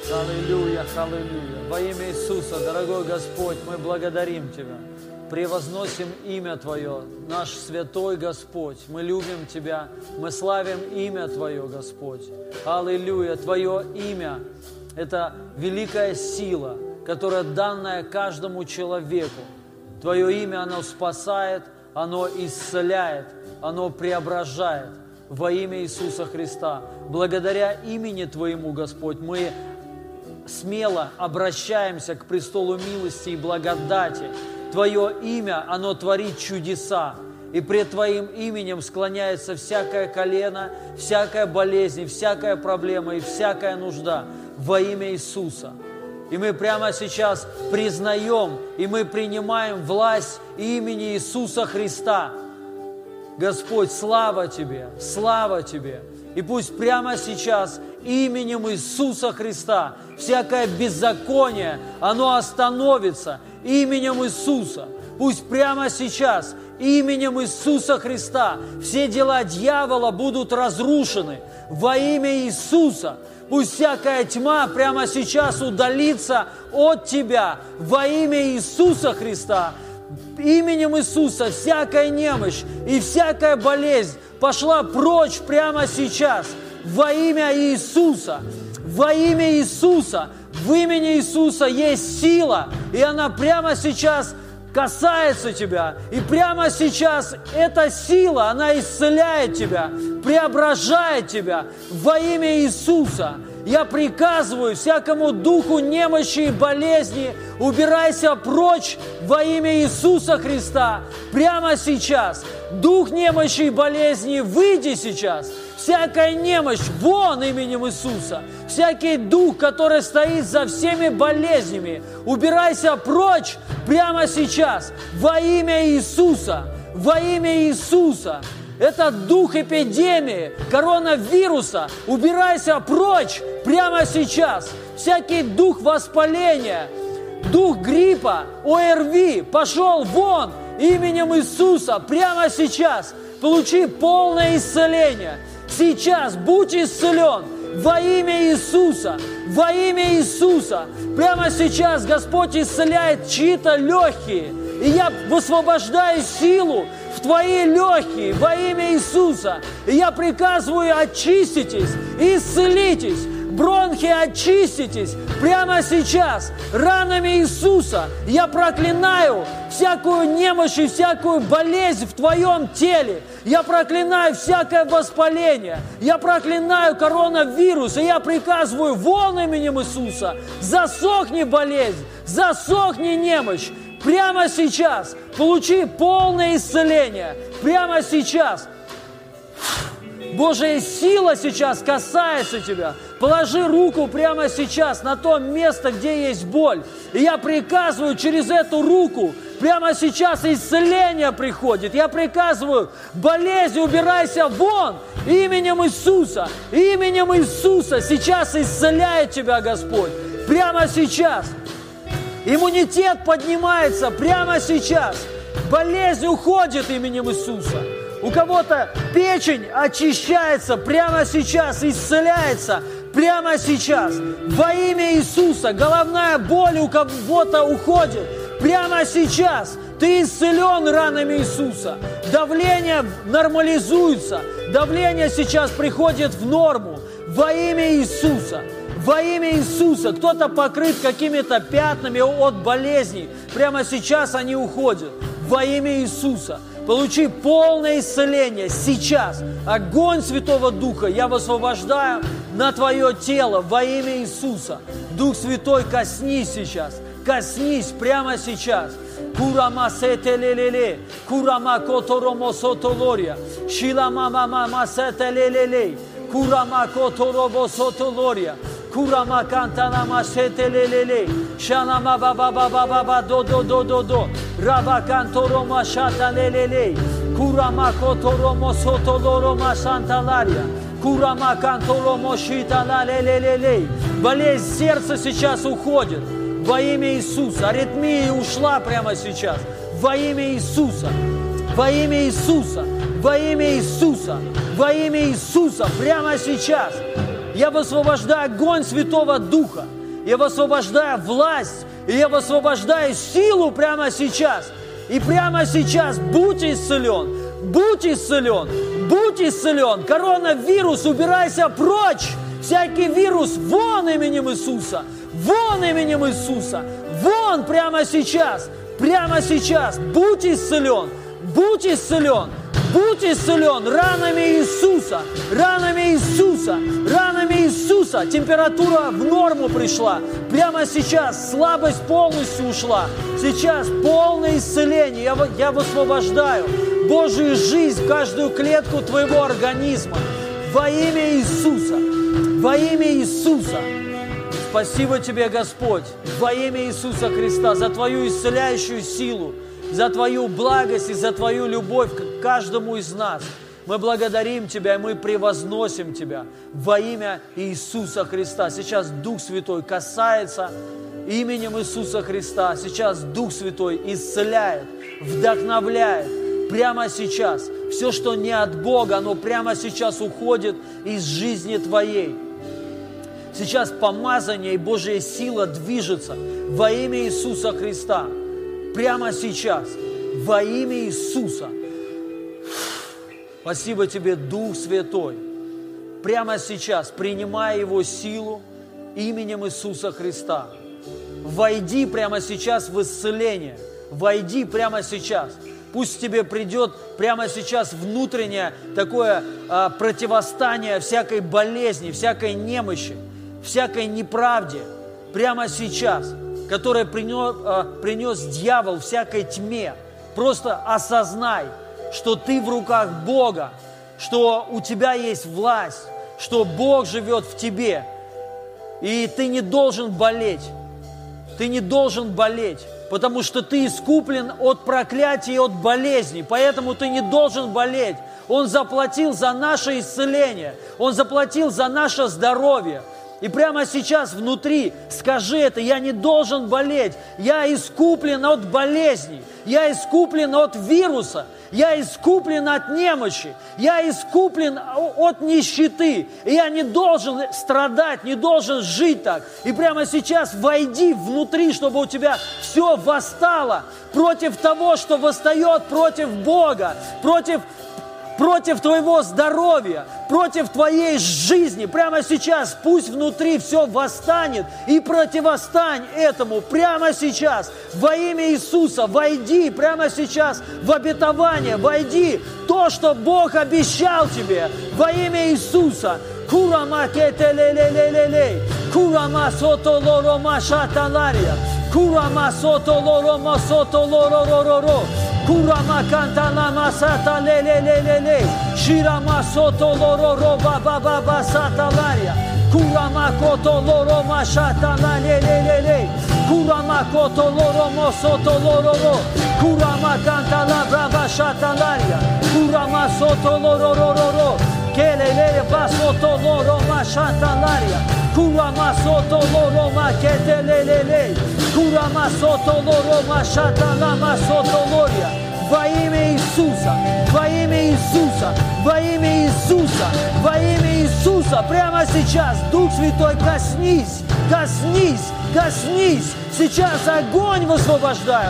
Аллилуйя, аллилуйя. Во имя Иисуса, дорогой Господь, мы благодарим Тебя. Превозносим имя Твое, наш святой Господь. Мы любим Тебя, мы славим имя Твое, Господь. Аллилуйя, Твое имя – это великая сила, которая данная каждому человеку. Твое имя, оно спасает, оно исцеляет, оно преображает. Во имя Иисуса Христа. Благодаря имени Твоему, Господь, мы смело обращаемся к престолу милости и благодати. Твое имя, оно творит чудеса. И пред Твоим именем склоняется всякое колено, всякая болезнь, всякая проблема и всякая нужда во имя Иисуса. И мы прямо сейчас признаем, и мы принимаем власть имени Иисуса Христа. Господь, слава Тебе, слава Тебе. И пусть прямо сейчас именем Иисуса Христа всякое беззаконие, оно остановится именем Иисуса. Пусть прямо сейчас именем Иисуса Христа все дела дьявола будут разрушены во имя Иисуса. Пусть всякая тьма прямо сейчас удалится от тебя во имя Иисуса Христа. Именем Иисуса всякая немощь и всякая болезнь пошла прочь прямо сейчас во имя Иисуса. Во имя Иисуса, в имени Иисуса есть сила, и она прямо сейчас касается тебя. И прямо сейчас эта сила, она исцеляет тебя, преображает тебя во имя Иисуса. Я приказываю всякому духу немощи и болезни, убирайся прочь во имя Иисуса Христа. Прямо сейчас. Дух немощи и болезни, выйди сейчас. Всякая немощь вон именем Иисуса. Всякий дух, который стоит за всеми болезнями, убирайся прочь прямо сейчас во имя Иисуса. Во имя Иисуса. Это дух эпидемии, коронавируса, убирайся прочь прямо сейчас. Всякий дух воспаления, дух гриппа, ОРВИ, пошел вон именем Иисуса прямо сейчас. Получи полное исцеление. Сейчас будь исцелен во имя Иисуса. Во имя Иисуса. Прямо сейчас Господь исцеляет чьи-то легкие. И я высвобождаю силу в твои легкие во имя Иисуса. И я приказываю, очиститесь, исцелитесь, бронхи очиститесь прямо сейчас. Ранами Иисуса я проклинаю всякую немощь и всякую болезнь в твоем теле. Я проклинаю всякое воспаление. Я проклинаю коронавирус. И я приказываю вон именем Иисуса. Засохни болезнь, засохни немощь. Прямо сейчас получи полное исцеление. Прямо сейчас. Божья сила сейчас касается тебя. Положи руку прямо сейчас на то место, где есть боль. И я приказываю через эту руку, прямо сейчас исцеление приходит. Я приказываю, болезнь, убирайся вон именем Иисуса. Именем Иисуса сейчас исцеляет тебя Господь. Прямо сейчас. Иммунитет поднимается прямо сейчас. Болезнь уходит именем Иисуса. У кого-то печень очищается прямо сейчас, исцеляется прямо сейчас. Во имя Иисуса головная боль у кого-то уходит прямо сейчас. Ты исцелен ранами Иисуса. Давление нормализуется. Давление сейчас приходит в норму. Во имя Иисуса. Во имя Иисуса. Кто-то покрыт какими-то пятнами от болезней. Прямо сейчас они уходят. Во имя Иисуса. Получи полное исцеление сейчас. Огонь Святого Духа я высвобождаю на твое тело во имя Иисуса. Дух Святой, коснись сейчас. Коснись прямо сейчас. Курама сетелелеле, курама которомо сотолория, шилама мама сетелелеле, курама которобо сотолория, курама кантанама сетелелеле, шанама баба баба баба до до до до до, раба канторома шаталелеле, курама которомо сотолорома шанталария, курама канторомо шиталалелеле. Болезнь сердца сейчас уходит. Во имя Иисуса. Аритмия ушла прямо сейчас. Во имя Иисуса. Во имя Иисуса. Во имя Иисуса. Во имя Иисуса. Прямо сейчас. Я высвобождаю огонь Святого Духа. я высвобождаю власть, и я высвобождаю силу прямо сейчас. И прямо сейчас будь исцелен, будь исцелен, будь исцелен. Коронавирус, убирайся прочь. Всякий вирус, вон именем Иисуса, вон именем Иисуса, вон прямо сейчас, будь исцелен, будь исцелен, будь исцелен ранами Иисуса, ранами Иисуса, ранами Иисуса. Температура в норму пришла, прямо сейчас слабость полностью ушла, сейчас полное исцеление, я высвобождаю Божию жизнь в каждую клетку твоего организма во имя Иисуса. Во имя Иисуса. Спасибо Тебе, Господь, во имя Иисуса Христа, за Твою исцеляющую силу, за Твою благость и за Твою любовь к каждому из нас. Мы благодарим Тебя, и мы превозносим Тебя во имя Иисуса Христа. Сейчас Дух Святой касается именем Иисуса Христа. Сейчас Дух Святой исцеляет, вдохновляет. Прямо сейчас. Все, что не от Бога, оно прямо сейчас уходит из жизни твоей. Сейчас помазание и Божья сила движется во имя Иисуса Христа. Прямо сейчас. Во имя Иисуса. Спасибо Тебе, Дух Святой. Прямо сейчас, принимая Его силу именем Иисуса Христа. Войди прямо сейчас в исцеление. Войди прямо сейчас. Пусть тебе придет прямо сейчас внутреннее такое противостояние всякой болезни, всякой немощи, всякой неправде. Прямо сейчас, которое принес дьявол всякой тьме. Просто осознай, что ты в руках Бога, что у тебя есть власть, что Бог живет в тебе. И ты не должен болеть. Ты не должен болеть. Потому что ты искуплен от проклятия и от болезней. Поэтому ты не должен болеть. Он заплатил за наше исцеление. Он заплатил за наше здоровье. И прямо сейчас внутри скажи это: я не должен болеть. Я искуплен от болезней. Я искуплен от вируса. Я искуплен от немощи. Я искуплен от нищеты. И я не должен страдать, не должен жить так. И прямо сейчас войди внутри, чтобы у тебя все восстало против того, что восстает против Бога, против твоего здоровья, против твоей жизни. Прямо сейчас пусть внутри все восстанет и противостань этому прямо сейчас. Во имя Иисуса войди прямо сейчас в обетование, войди то, что Бог обещал тебе во имя Иисуса. Курама кетелелелелелей, курама сотолорома шаталария, курама сотолорома сотолороророро. Kurama kantala masata le le le le le, shirama soto loro roba baba basatalaria, kurama koto loro mashata la le le le le, kurama koto loro mosoto loro ro, kurama kantala brava shatalaria, kurama soto loro ro ro ro, kele le basoto loro mashatalaria, kurama soto loro makete le le le, kurama soto loro mashata la masoto loria. Во имя Иисуса, во имя Иисуса, во имя Иисуса, во имя Иисуса, прямо сейчас, Дух Святой, коснись, коснись, коснись. Сейчас огонь высвобождаю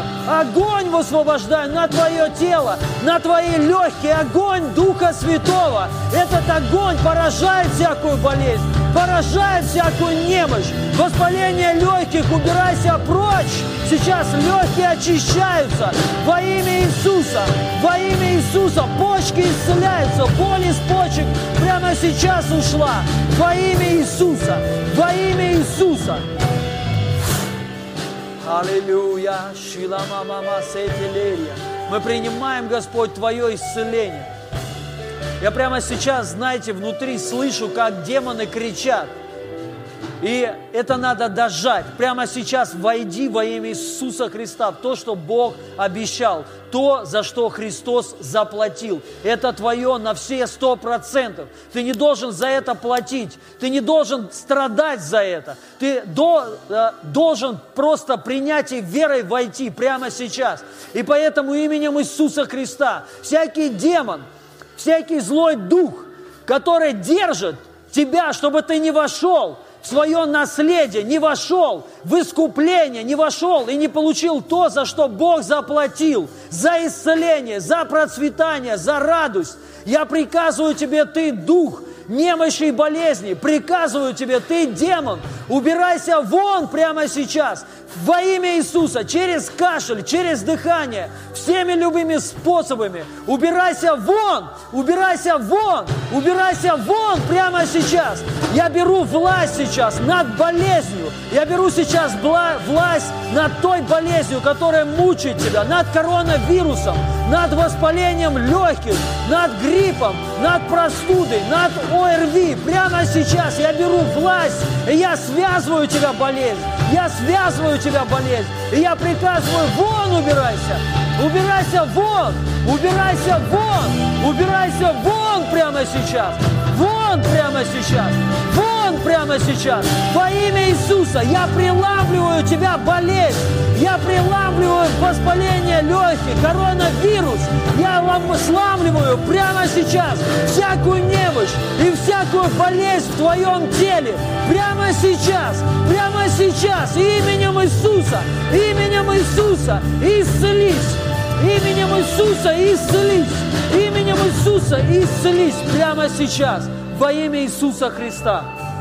на твое тело, на твои легкие, огонь Духа Святого. Этот огонь поражает всякую болезнь, поражает всякую немощь. Воспаление легких, убирайся прочь. Сейчас легкие очищаются во имя Иисуса, во имя Иисуса. Почки исцеляются, боль из почек прямо сейчас ушла во имя Иисуса, во имя Иисуса. Аллилуйя. Мы принимаем, Господь, Твое исцеление. Я прямо сейчас, знаете, внутри слышу, как демоны кричат. И это надо дожать. Прямо сейчас войди во имя Иисуса Христа в то, что Бог обещал. То, за что Христос заплатил. Это твое на все 100%. Ты не должен за это платить. Ты не должен страдать за это. Ты должен просто принять и верой войти прямо сейчас. И поэтому именем Иисуса Христа всякий демон, всякий злой дух, который держит тебя, чтобы ты не вошел в свое наследие, не вошел в искупление, не вошел и не получил то, за что Бог заплатил, за исцеление, за процветание, за радость. Я приказываю тебе, ты дух немощи и болезни, приказываю тебе, ты демон, убирайся вон прямо сейчас, во имя Иисуса, через кашель, через дыхание, всеми любыми способами, убирайся вон, убирайся вон, убирайся вон прямо сейчас. Я беру власть сейчас над болезнью, я беру сейчас власть над той болезнью, которая мучает тебя, над коронавирусом, над воспалением легких, над гриппом, над простудой, над ОРВИ. Прямо сейчас я беру власть, и я связываю тебя, болезнь. Я связываю тебя, болезнь. И я приказываю, вон убирайся. Убирайся вон. Убирайся вон. Убирайся вон прямо сейчас. Вон прямо сейчас. Вон прямо сейчас. Во имя Иисуса я приламливаю тебя, болезнь. Я приламливаю воспаление легких, коронавирус. Я сламливаю прямо сейчас всякую немощь и всякую болезнь в твоем теле. Прямо сейчас, именем Иисуса, исцелись. Именем Иисуса исцелись. Именем Иисуса исцелись прямо сейчас. Во имя Иисуса Христа.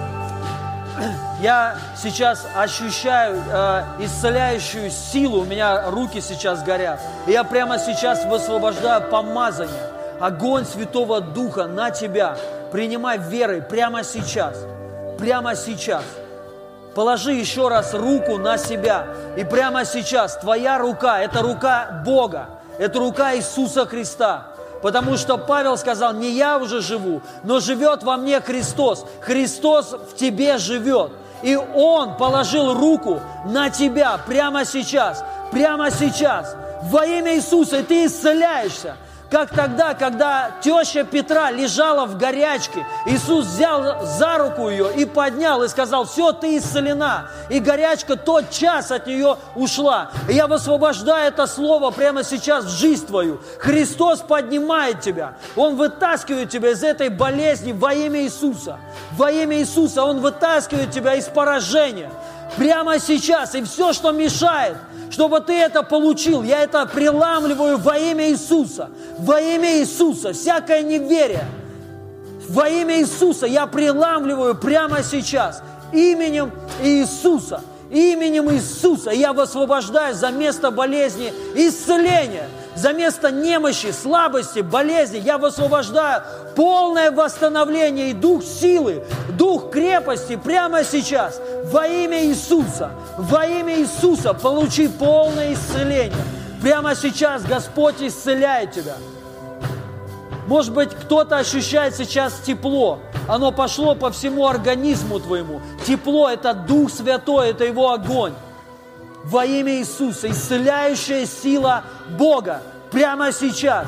Я сейчас ощущаю исцеляющую силу, у меня руки сейчас горят. И я прямо сейчас высвобождаю помазание, огонь Святого Духа на тебя. Принимай верой прямо сейчас, прямо сейчас. Положи еще раз руку на себя. И прямо сейчас твоя рука, это рука Бога, это рука Иисуса Христа. Потому что Павел сказал, не я уже живу, но живет во мне Христос. Христос в тебе живет. И Он положил руку на тебя прямо сейчас, во имя Иисуса, и ты исцеляешься. Как тогда, когда теща Петра лежала в горячке, Иисус взял за руку ее и поднял, и сказал, все, ты исцелена. И горячка тотчас от нее ушла. И я высвобождаю это слово прямо сейчас в жизнь твою. Христос поднимает тебя. Он вытаскивает тебя из этой болезни во имя Иисуса. Во имя Иисуса Он вытаскивает тебя из поражения. Прямо сейчас. И все, что мешает, чтобы ты это получил, я это приламливаю во имя Иисуса. Во имя Иисуса. Всякое неверие. Во имя Иисуса я приламливаю прямо сейчас. Именем Иисуса. Именем Иисуса я высвобождаю за место болезни исцеление. За место немощи, слабости, болезни я высвобождаю полное восстановление и дух силы, дух крепости прямо сейчас. Во имя Иисуса, получи полное исцеление. Прямо сейчас Господь исцеляет тебя. Может быть, кто-то ощущает сейчас тепло. Оно пошло по всему организму твоему. Тепло – это Дух Святой, это Его огонь. Во имя Иисуса, исцеляющая сила Бога прямо сейчас.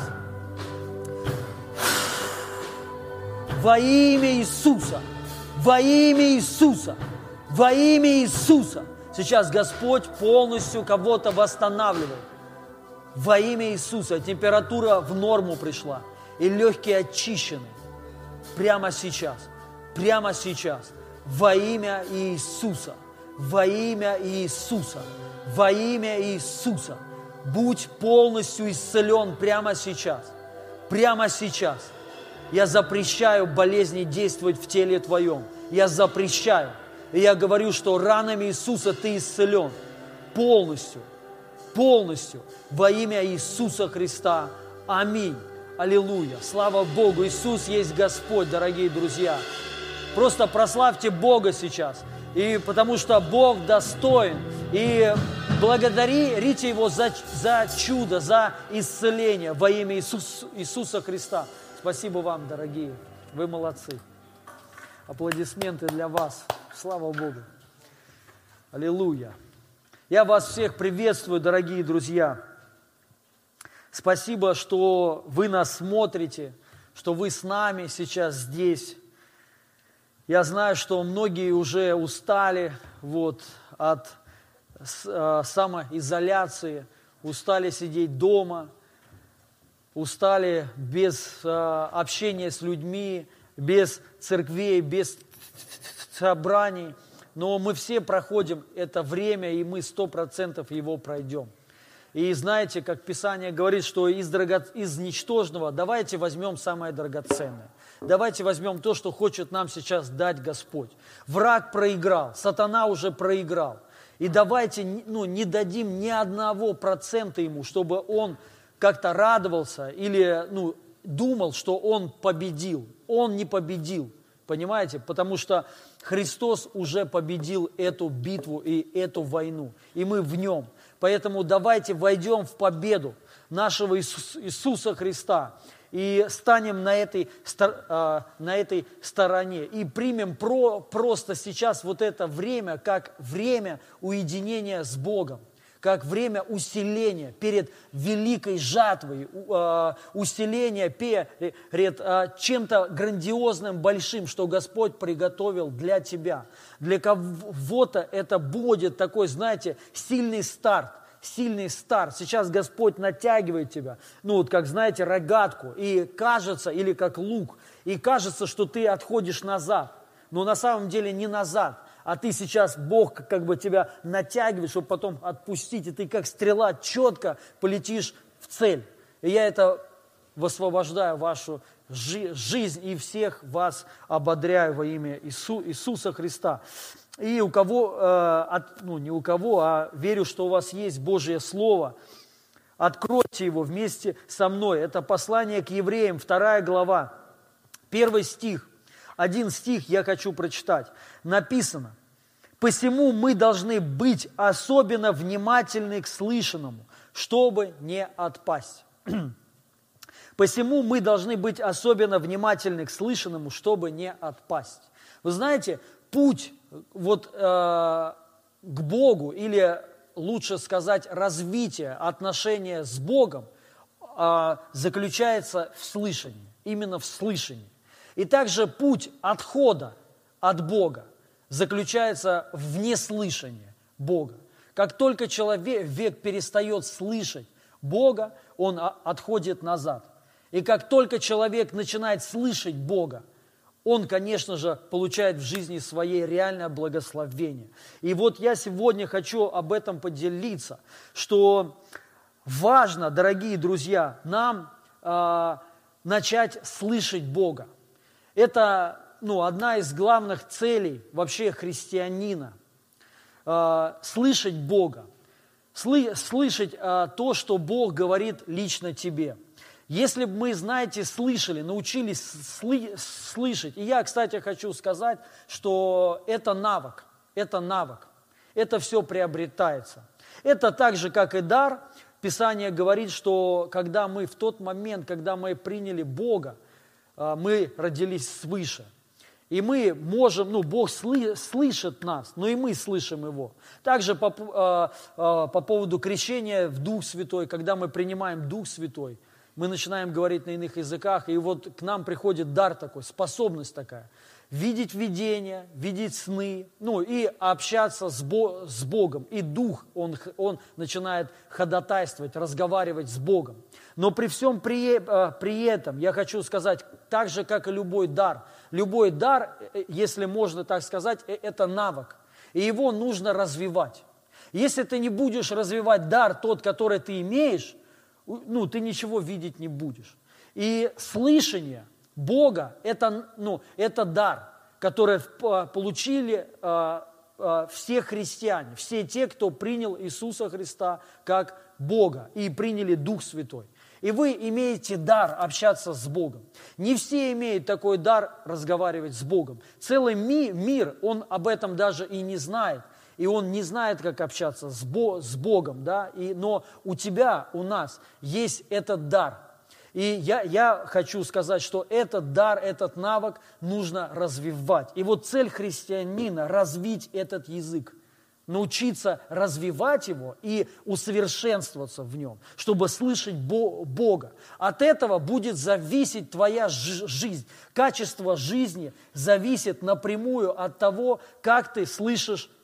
Во имя Иисуса, во имя Иисуса, во имя Иисуса. Сейчас Господь полностью кого-то восстанавливает. Во имя Иисуса температура в норму пришла, и легкие очищены. Прямо сейчас, во имя Иисуса. Во имя Иисуса, во имя Иисуса, будь полностью исцелен прямо сейчас. Я запрещаю болезни действовать в теле твоем. Я запрещаю. И я говорю, что ранами Иисуса ты исцелен полностью, во имя Иисуса Христа. Аминь. Аллилуйя. Слава Богу. Иисус есть Господь, дорогие друзья. Просто прославьте Бога сейчас. И потому что Бог достоин. И благодарите Его за чудо, за исцеление во имя Иисуса Христа. Спасибо вам, дорогие. Вы молодцы. Аплодисменты для вас. Слава Богу. Аллилуйя. Я вас всех приветствую, дорогие друзья. Спасибо, что вы нас смотрите, что вы с нами сейчас здесь. Я знаю, что многие уже устали от самоизоляции, устали сидеть дома, устали без общения с людьми, без церквей, без собраний. но мы все проходим это время, и мы 100% его пройдем. И знаете, как Писание говорит, что из ничтожного давайте возьмем самое драгоценное. Давайте возьмем то, что хочет нам сейчас дать Господь. Враг проиграл, сатана уже проиграл. И давайте не дадим ни 1% ему, чтобы он как-то радовался или думал, что он победил. Он не победил, понимаете? Потому что Христос уже победил эту битву и эту войну. И мы в нем. Поэтому давайте войдем в победу нашего Иисуса Христа и станем на этой стороне. И примем просто сейчас вот это время, как время уединения с Богом, как время усиления перед великой жатвой, усиления перед чем-то грандиозным, большим, что Господь приготовил для тебя. Для кого-то это будет такой, знаете, сильный старт. Сильный старт. Сейчас Господь натягивает тебя, как, знаете, рогатку, и кажется, или как лук, и кажется, что ты отходишь назад. Но на самом деле не назад, а ты сейчас, Бог как бы тебя натягивает, чтобы потом отпустить, и ты как стрела четко полетишь в цель. И я это высвобождаю вашу жизнь и всех вас ободряю во имя Иисуса Христа. И у кого, не у кого, а верю, что у вас есть Божье Слово, откройте его вместе со мной. Это послание к евреям, 2 глава, 1 стих. Один стих я хочу прочитать. Написано: «Посему мы должны быть особенно внимательны к слышанному, чтобы не отпасть». Посему мы должны быть особенно внимательны к слышанному, чтобы не отпасть. Вы знаете, путь к Богу, или лучше сказать, развитие отношения с Богом заключается в слышании, именно в слышании. И также путь отхода от Бога заключается в неслышании Бога. Как только человек перестает слышать Бога, он отходит назад. И как только человек начинает слышать Бога, он, конечно же, получает в жизни своей реальное благословение. И вот я сегодня хочу об этом поделиться, что важно, дорогие друзья, нам начать слышать Бога. Это одна из главных целей вообще христианина. Слышать Бога. Слышать то, что Бог говорит лично тебе. Если бы мы, знаете, слышали, научились слышать, и я, кстати, хочу сказать, что это навык, это все приобретается. Это так же, как и дар. Писание говорит, что когда мы в тот момент, когда мы приняли Бога, мы родились свыше. И мы можем, Бог слышит нас, но и мы слышим Его. Также по поводу крещения в Дух Святой, когда мы принимаем Дух Святой, мы начинаем говорить на иных языках, и вот к нам приходит дар такой, способность такая. Видеть видения, видеть сны, и общаться с Богом. И Дух, он начинает ходатайствовать, разговаривать с Богом. Но при всем при этом, я хочу сказать, так же, как и любой дар, если можно так сказать, это навык. И его нужно развивать. Если ты не будешь развивать дар, тот, который ты имеешь, ты ничего видеть не будешь. И слышание Бога – это дар, который получили все христиане, все те, кто принял Иисуса Христа как Бога и приняли Дух Святой. И вы имеете дар общаться с Богом. Не все имеют такой дар разговаривать с Богом. Целый мир, он об этом даже и не знает. И он не знает, как общаться с Богом, да? Но у тебя, у нас есть этот дар. И я хочу сказать, что этот дар, этот навык нужно развивать. И вот цель христианина – развить этот язык, научиться развивать его и усовершенствоваться в нем, чтобы слышать Бога. От этого будет зависеть твоя жизнь. Качество жизни зависит напрямую от того, как ты слышишь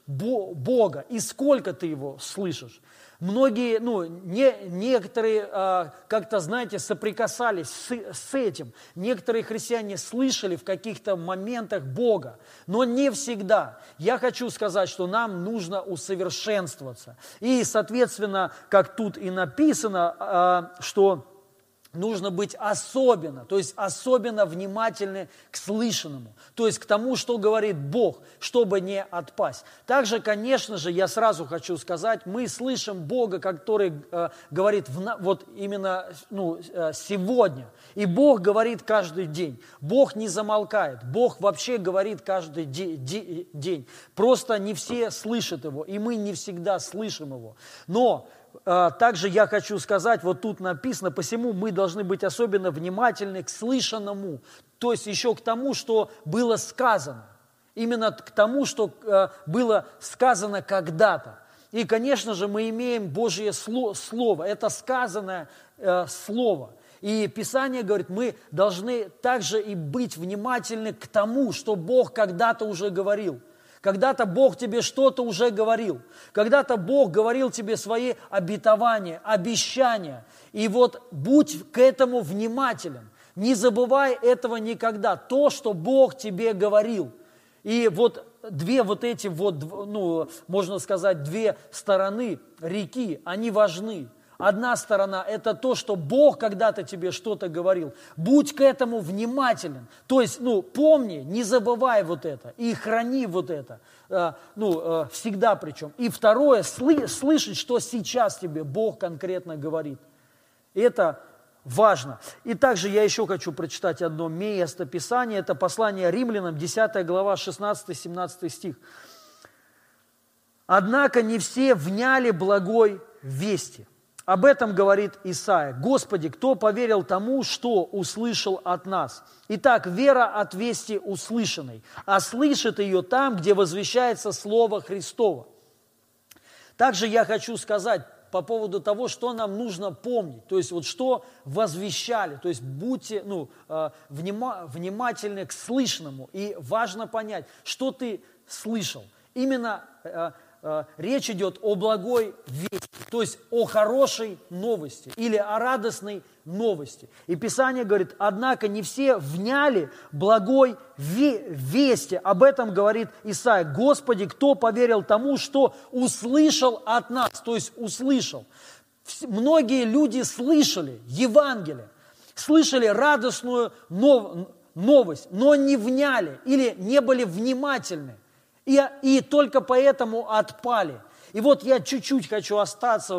Бога и сколько ты Его слышишь. Многие, некоторые как-то, знаете, соприкасались с этим. Некоторые христиане слышали в каких-то моментах Бога, но не всегда. Я хочу сказать, что нам нужно усовершенствоваться. И, соответственно, как тут и написано, что нужно быть особенно, то есть особенно внимательны к слышанному, то есть к тому, что говорит Бог, чтобы не отпасть. Также, конечно же, я сразу хочу сказать, мы слышим Бога, который говорит вот именно сегодня. И Бог говорит каждый день. Бог не замолкает. Бог вообще говорит каждый день. Просто не все слышат Его, и мы не всегда слышим Его. Но также я хочу сказать, вот тут написано, посему мы должны быть особенно внимательны к слышанному, то есть еще к тому, что было сказано, именно к тому, что было сказано когда-то. И, конечно же, мы имеем Божье Слово, это сказанное Слово. И Писание говорит, мы должны также и быть внимательны к тому, что Бог когда-то уже говорил. Когда-то Бог тебе что-то уже говорил. Когда-то Бог говорил тебе свои обетования, обещания. И вот будь к этому внимателен. Не забывай этого никогда. То, что Бог тебе говорил. И вот две вот эти можно сказать, две стороны реки, они важны. Одна сторона – это то, что Бог когда-то тебе что-то говорил. Будь к этому внимателен. То есть, помни, не забывай вот это и храни вот это. Всегда причем. И второе – слышать, что сейчас тебе Бог конкретно говорит. Это важно. И также я еще хочу прочитать одно место Писания. Это послание Римлянам, 10 глава, 16-17 стих. «Однако не все вняли благой вести». Об этом говорит Исаия. «Господи, кто поверил тому, что услышал от нас? Итак, вера от вести услышанной, а слышит ее там, где возвещается Слово Христово». Также я хочу сказать по поводу того, что нам нужно помнить. То есть вот что возвещали. То есть будьте внимательны к слышанному. И важно понять, что ты слышал. Именно речь идет о благой вести, то есть о хорошей новости или о радостной новости. И Писание говорит, однако не все вняли благой вести. Об этом говорит Исаия. Господи, кто поверил тому, что услышал от нас, то есть услышал. Многие люди слышали Евангелие, слышали радостную новость, но не вняли или не были внимательны. И только поэтому отпали. И вот я чуть-чуть хочу остаться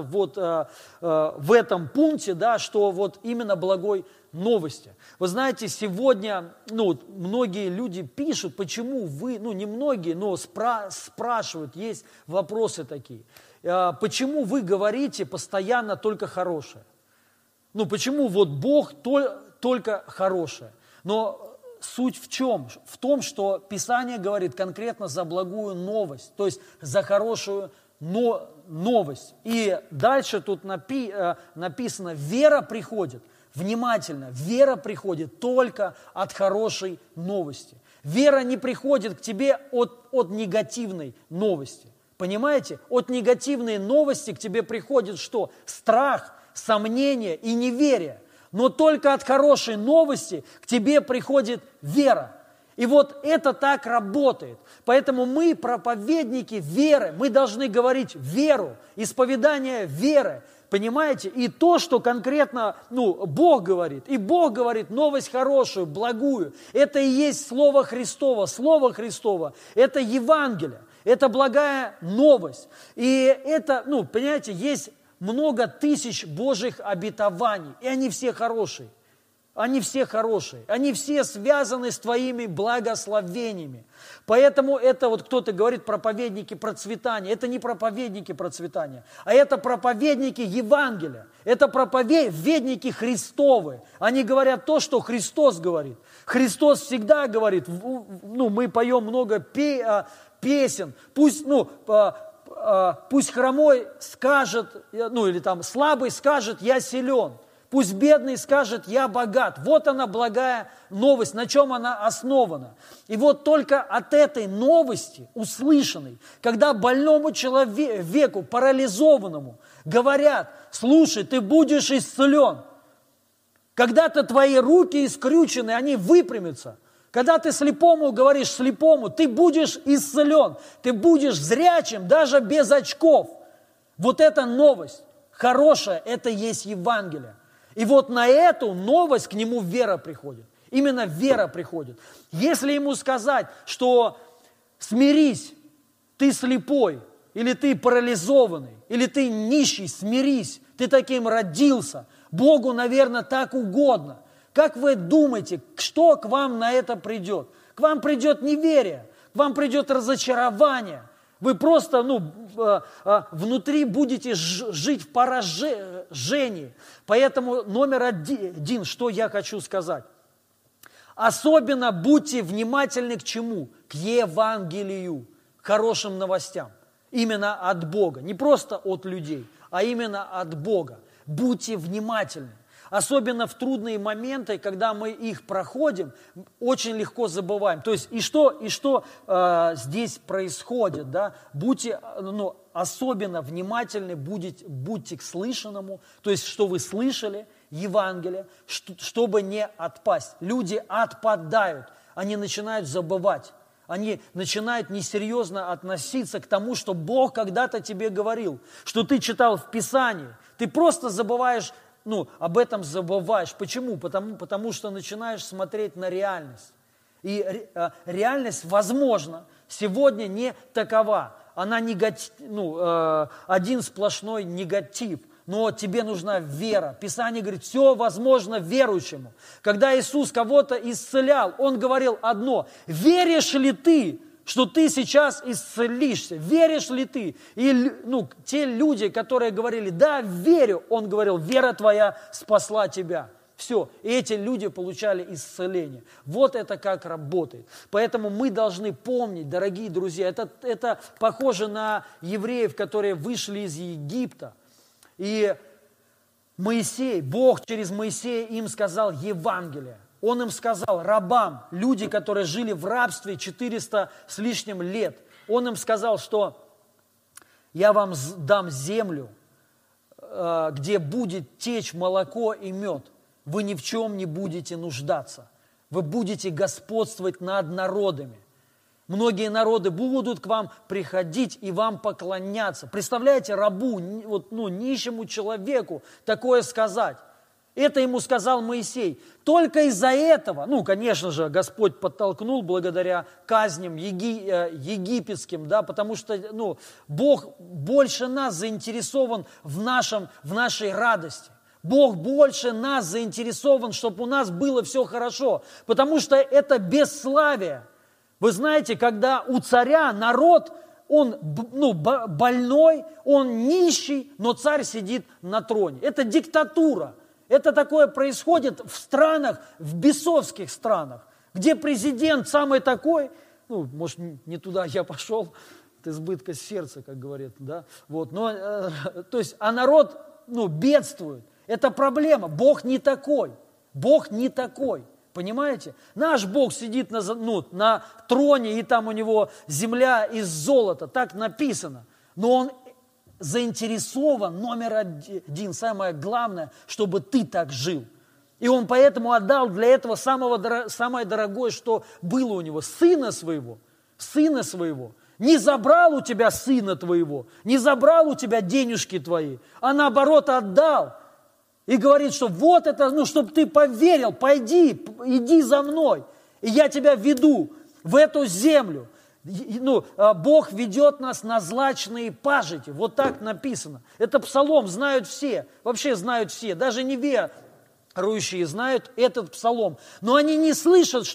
в этом пункте, да, что вот именно благой новости. Вы знаете, сегодня многие люди пишут, почему вы, не многие, но спрашивают, есть вопросы такие. Почему вы говорите постоянно только хорошее? Почему вот Бог только хорошее? Но суть в чем? В том, что Писание говорит конкретно за благую новость, то есть за хорошую новость. И дальше тут написано, вера приходит, внимательно, вера приходит только от хорошей новости. Вера не приходит к тебе от негативной новости. Понимаете? От негативной новости к тебе приходит что? Страх, сомнение и неверие. Но только от хорошей новости к тебе приходит вера. И вот это так работает. Поэтому мы, проповедники веры, мы должны говорить веру, исповедание веры. Понимаете? И то, что конкретно Бог говорит. И Бог говорит новость хорошую, благую. Это и есть Слово Христово. Слово Христово – это Евангелие. Это благая новость. И это, понимаете, есть много тысяч Божьих обетований, и они все хорошие. Они все хорошие. Они все связаны с твоими благословениями. Поэтому это вот кто-то говорит проповедники процветания. Это не проповедники процветания, а это проповедники Евангелия. Это проповедники Христовы. Они говорят то, что Христос говорит. Христос всегда говорит, мы поем много песен. Пусть хромой скажет, или слабый скажет, я силен. Пусть бедный скажет, я богат. Вот она благая новость, на чем она основана. И вот только от этой новости, услышанной, когда больному человеку, парализованному, говорят, слушай, ты будешь исцелен. Когда-то твои руки искрючены, они выпрямятся. Когда ты слепому говоришь слепому, ты будешь исцелен, ты будешь зрячим, даже без очков. Вот эта новость хорошая, это есть Евангелие. И вот на эту новость к нему вера приходит. Именно вера приходит. Если ему сказать, что смирись, ты слепой, или ты парализованный, или ты нищий, смирись, ты таким родился. Богу, наверное, так угодно. Как вы думаете, что к вам на это придет? К вам придет неверие, к вам придет разочарование. Вы просто внутри будете жить в поражении. Поэтому номер один, что я хочу сказать. Особенно будьте внимательны к чему? К Евангелию, к хорошим новостям. Именно от Бога. Не просто от людей, а именно от Бога. Будьте внимательны. Особенно в трудные моменты, когда мы их проходим, очень легко забываем. То есть и что здесь происходит, да? Будьте особенно внимательны, будьте к слышанному, то есть что вы слышали, Евангелие, чтобы не отпасть. Люди отпадают, они начинают забывать. Они начинают несерьезно относиться к тому, что Бог когда-то тебе говорил, что ты читал в Писании. Ты просто забываешь, об этом забываешь. Почему? Потому что начинаешь смотреть на реальность. И реальность, возможно, сегодня не такова. Она один сплошной негатив. Но тебе нужна вера. Писание говорит, все возможно верующему. Когда Иисус кого-то исцелял, Он говорил одно: веришь ли ты, что ты сейчас исцелишься? Веришь ли ты? И те люди, которые говорили, да, верю, Он говорил, вера твоя спасла тебя. Все, и эти люди получали исцеление. Вот это как работает. Поэтому мы должны помнить, дорогие друзья, это похоже на евреев, которые вышли из Египта. И Моисей, Бог через Моисея им сказал Евангелие. Он им сказал, рабам, люди, которые жили в рабстве 400 с лишним лет, Он им сказал, что я вам дам землю, где будет течь молоко и мед. Вы ни в чем не будете нуждаться. Вы будете господствовать над народами. Многие народы будут к вам приходить и вам поклоняться. Представляете, рабу, нищему человеку такое сказать. Это ему сказал Моисей. Только из-за этого, конечно же, Господь подтолкнул благодаря казням египетским, да, потому что Бог больше нас заинтересован в нашей радости. Бог больше нас заинтересован, чтобы у нас было все хорошо, потому что это бесславие. Вы знаете, когда у царя народ, он больной, он нищий, но царь сидит на троне. Это диктатура. Это такое происходит в странах, в бесовских странах, где президент самый такой, может, не туда я пошел, от избытка сердца, как говорят, да, а народ, бедствует. Это проблема. Бог не такой. Бог не такой. Понимаете? Наш Бог сидит на троне, и там у него земля из золота, так написано. Но Он заинтересован, номер один, самое главное, чтобы ты так жил. И Он поэтому отдал для этого самое дорогое, что было у Него, Сына Своего. Не забрал у тебя Сына Твоего, не забрал у тебя денежки твои, а наоборот отдал. И говорит, что вот это, чтобы ты поверил, иди за мной, и я тебя веду в эту землю. Бог ведет нас на злачные пажити, вот так написано. Это псалом знают все, вообще знают все, даже неверующие знают этот псалом. Но они не слышат,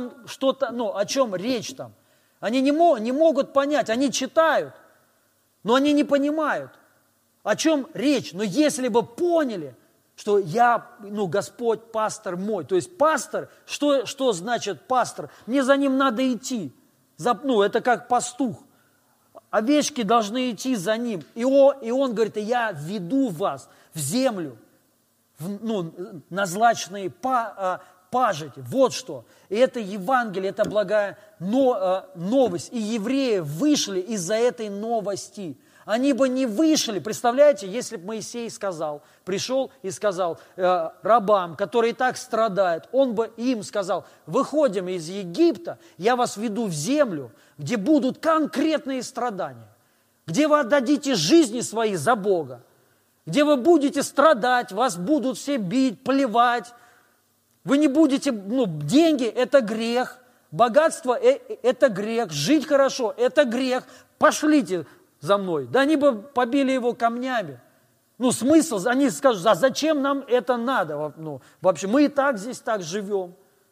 о чем речь там. Они не могут понять, они читают, но они не понимают, о чем речь. Но если бы поняли, что Господь пастор мой. То есть пастор, что значит пастор? Мне за ним надо идти. Это как пастух. Овечки должны идти за ним. И он говорит, я веду вас в землю, на злачные пажити. Вот что. И это Евангелие, это благая новость. И евреи вышли из-за этой новости. Они бы не вышли, представляете, если бы Моисей пришел и сказал рабам, которые и так страдают, он бы им сказал: выходим из Египта, я вас веду в землю, где будут конкретные страдания, где вы отдадите жизни свои за Бога, где вы будете страдать, вас будут все бить, плевать, вы не будете, деньги – это грех, богатство – это грех, жить хорошо – это грех, пошлите за мной. Да они бы побили его камнями. Смысл, они скажут: а зачем нам это надо? Вообще, мы и так здесь так живем.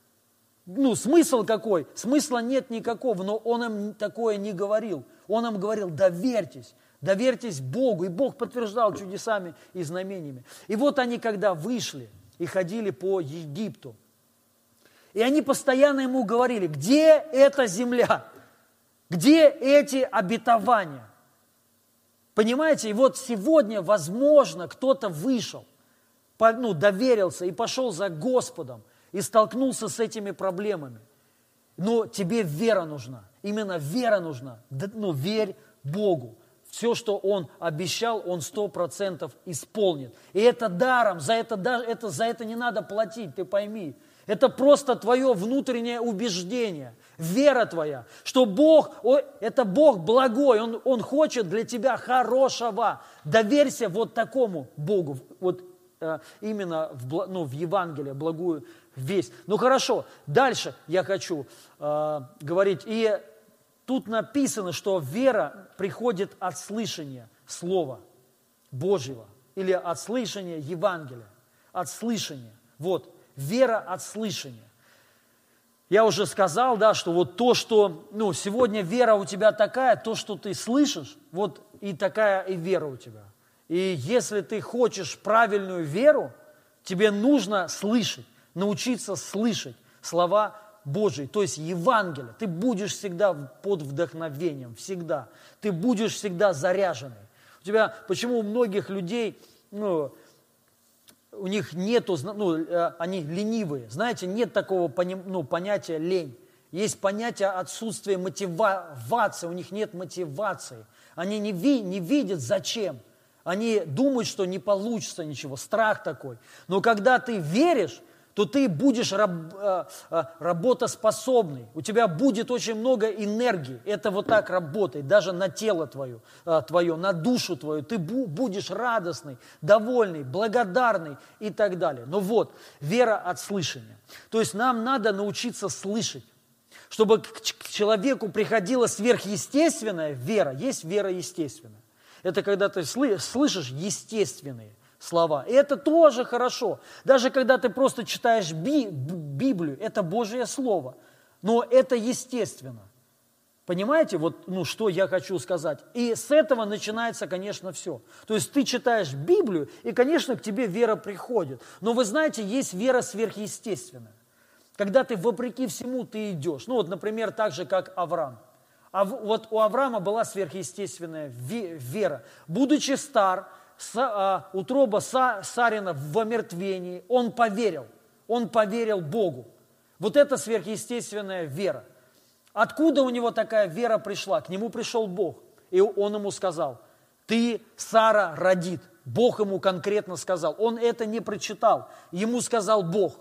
Смысл какой? Смысла нет никакого, но он им такое не говорил. Он им говорил: доверьтесь Богу. И Бог подтверждал чудесами и знамениями. И вот они, когда вышли и ходили по Египту, и они постоянно ему говорили: где эта земля? Где эти обетования? Понимаете, и вот сегодня, возможно, кто-то вышел, доверился и пошел за Господом, и столкнулся с этими проблемами. Но тебе вера нужна, именно вера нужна. Верь Богу. Все, что Он обещал, Он 100% исполнит. И это даром, за это не надо платить, ты пойми. Это просто твое внутреннее убеждение, вера твоя, что Бог, это Бог благой, Он хочет для тебя хорошего. Доверься вот такому Богу, вот именно в Евангелии, благую весть. Хорошо, дальше я хочу говорить. И тут написано, что вера приходит от слышания Слова Божьего или от слышания Евангелия, от слышания. Вот. Вера от слышания. Я уже сказал, что вот то, что, сегодня вера у тебя такая, то, что ты слышишь, вот и такая и вера у тебя. И если ты хочешь правильную веру, тебе нужно слышать, научиться слышать слова Божьи, то есть Евангелие. Ты будешь всегда под вдохновением, всегда. Ты будешь всегда заряженный. Почему у многих людей, у них нету, они ленивые. Знаете, нет такого понятия лень. Есть понятие отсутствия мотивации, у них нет мотивации. Они не видят зачем. Они думают, что не получится ничего, страх такой. Но когда ты веришь, то ты будешь работоспособный. У тебя будет очень много энергии. Это вот так работает, даже на тело твое, на душу твою. Ты будешь радостный, довольный, благодарный и так далее. Но вот, вера от слышания. То есть нам надо научиться слышать. Чтобы к человеку приходила сверхъестественная вера. Есть вера естественная. Это когда ты слышишь естественные слова. И это тоже хорошо. Даже когда ты просто читаешь Библию, это Божье Слово. Но это естественно. Понимаете, что я хочу сказать? И с этого начинается, конечно, все. То есть ты читаешь Библию, и, конечно, к тебе вера приходит. Но вы знаете, есть вера сверхъестественная. Когда ты вопреки всему ты идешь. Например, так же, как Авраам. А вот у Авраама была сверхъестественная вера. Будучи стар, утроба Сарина в омертвении, он поверил Богу. Вот это сверхъестественная вера. Откуда у него такая вера пришла? К нему пришел Бог, и он ему сказал: ты, Сара, родит. Бог ему конкретно сказал. Он это не прочитал, ему сказал Бог.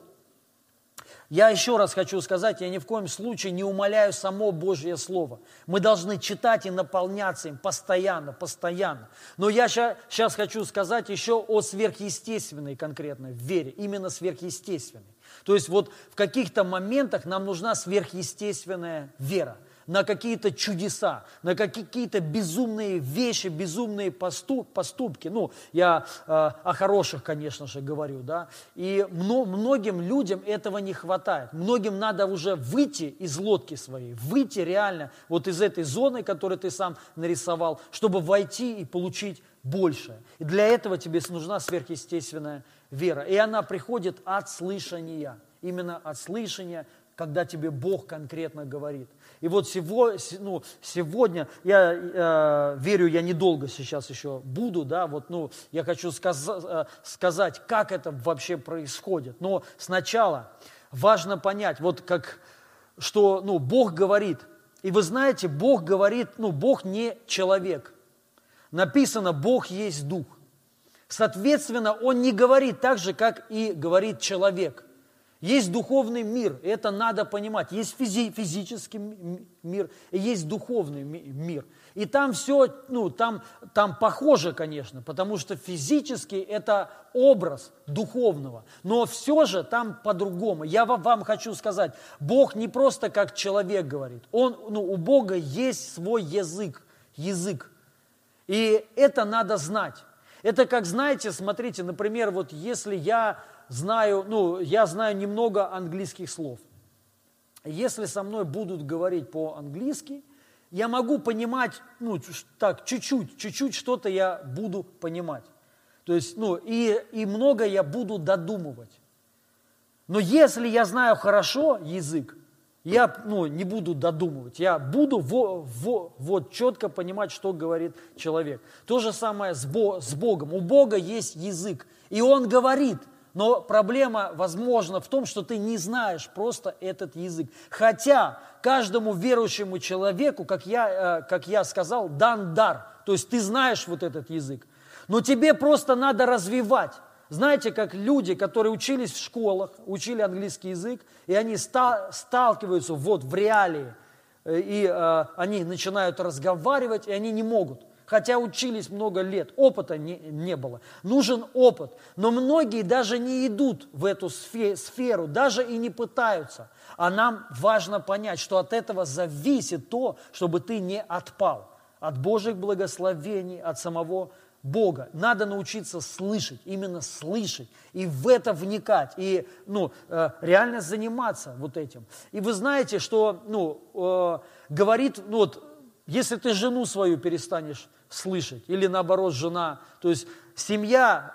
Я еще раз хочу сказать, я ни в коем случае не умаляю само Божье Слово. Мы должны читать и наполняться им постоянно. Но я сейчас хочу сказать еще о сверхъестественной конкретной вере, именно сверхъестественной. То есть вот в каких-то моментах нам нужна сверхъестественная вера на какие-то чудеса, на какие-то безумные вещи, безумные поступки. Я о хороших, конечно же, говорю, да. И многим людям этого не хватает. Многим надо уже выйти из лодки своей, выйти реально вот из этой зоны, которую ты сам нарисовал, чтобы войти и получить большее. И для этого тебе нужна сверхъестественная вера. И она приходит от слышания, именно от слышания когда тебе Бог конкретно говорит. И вот сегодня, я верю, я недолго сейчас еще буду, да, вот, я хочу сказать, как это вообще происходит. Но сначала важно понять, что Бог говорит. И вы знаете, Бог говорит, Бог не человек. Написано, Бог есть Дух. Соответственно, Он не говорит так же, как и говорит человек. Есть духовный мир, и это надо понимать. Есть физический мир, и есть духовный мир. И там все, там похоже, конечно, потому что физически это образ духовного. Но все же там по-другому. Я вам хочу сказать, Бог не просто как человек говорит. У Бога есть свой язык. И это надо знать. Это как, знаете, смотрите, например, вот если я знаю немного английских слов. Если со мной будут говорить по-английски, я могу понимать, чуть-чуть что-то я буду понимать. То есть, и много я буду додумывать. Но если я знаю хорошо язык, я, не буду додумывать, я буду вот четко понимать, что говорит человек. То же самое с Богом. У Бога есть язык, и Он говорит. Но проблема, возможно, в том, что ты не знаешь просто этот язык. Хотя каждому верующему человеку, как я сказал, дан дар. То есть ты знаешь вот этот язык. Но тебе просто надо развивать. Знаете, как люди, которые учились в школах, учили английский язык, и они сталкиваются в реалии, и они начинают разговаривать, и они не могут. Хотя учились много лет, опыта не было. Нужен опыт. Но многие даже не идут в эту сферу, даже и не пытаются. А нам важно понять, что от этого зависит то, чтобы ты не отпал. От Божьих благословений, от самого Бога. Надо научиться слышать, именно слышать, и в это вникать, и реально заниматься вот этим. И вы знаете, что говорит, если ты жену свою перестанешь слышать, или наоборот жена, то есть семья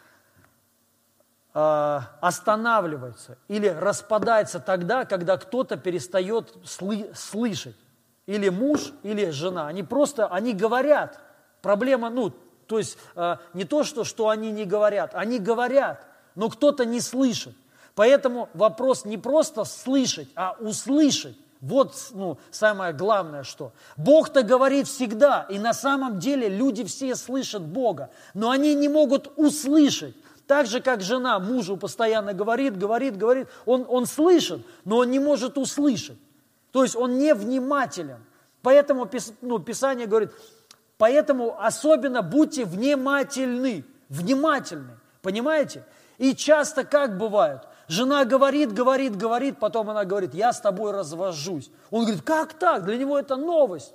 останавливается или распадается тогда, когда кто-то перестает слышать. Или муж, или жена. Они говорят. Проблема, то есть не то, что они не говорят, они говорят, но кто-то не слышит. Поэтому вопрос не просто слышать, а услышать. Вот самое главное, что. Бог-то говорит всегда, и на самом деле люди все слышат Бога, но они не могут услышать. Так же, как жена мужу постоянно говорит, он слышит, но он не может услышать. То есть он невнимателен. Поэтому Писание говорит, поэтому особенно будьте внимательны, понимаете? И часто как бывает? Жена говорит, потом она говорит, я с тобой развожусь. Он говорит, как так? Для него это новость.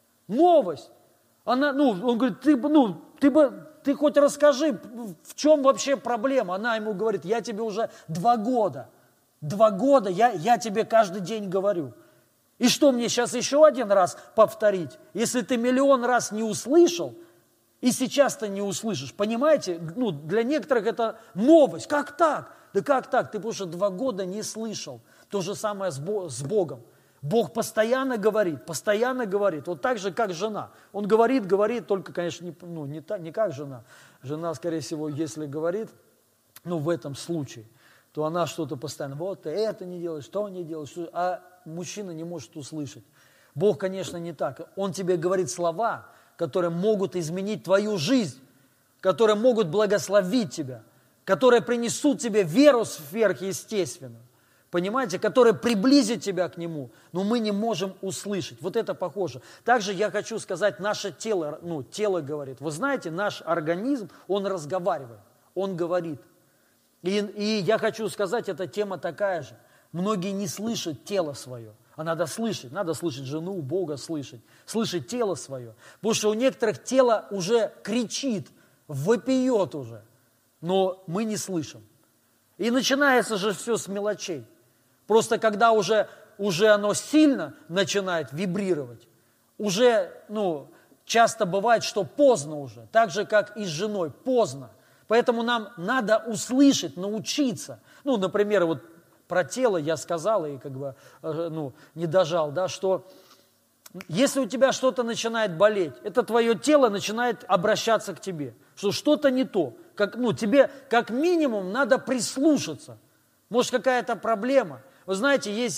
Он говорит, ты хоть расскажи, в чем вообще проблема? Она ему говорит, я тебе уже 2 года я тебе каждый день говорю. И что, мне сейчас еще один раз повторить? Если ты миллион раз не услышал, и сейчас ты не услышишь, понимаете? Для некоторых это новость. Как так? Да как так? Ты уже 2 года не слышал. То же самое с Богом. Бог постоянно говорит. Вот так же, как жена. Он говорит, только, конечно, не как жена. Жена, скорее всего, если говорит, в этом случае, то она что-то постоянно, вот ты это не делаешь, то не делаешь, а мужчина не может услышать. Бог, конечно, не так. Он тебе говорит слова, которые могут изменить твою жизнь, которые могут благословить тебя, которые принесут тебе веру сверхъестественную, понимаете, которые приблизят тебя к Нему, но мы не можем услышать. Вот это похоже. Также я хочу сказать, наше тело, тело говорит. Вы знаете, наш организм, он разговаривает, он говорит. И я хочу сказать, эта тема такая же. Многие не слышат тело свое. А надо слышать жену, Бога слышать тело свое. Потому что у некоторых тело уже кричит, вопиет уже, но мы не слышим. И начинается же все с мелочей. Просто когда уже оно сильно начинает вибрировать, уже, часто бывает, что поздно уже, так же, как и с женой, поздно. Поэтому нам надо услышать, научиться. Например, вот про тело я сказал и не дожал, да, что если у тебя что-то начинает болеть, это твое тело начинает обращаться к тебе, что что-то не то. Тебе как минимум надо прислушаться. Может, какая-то проблема. Вы знаете, есть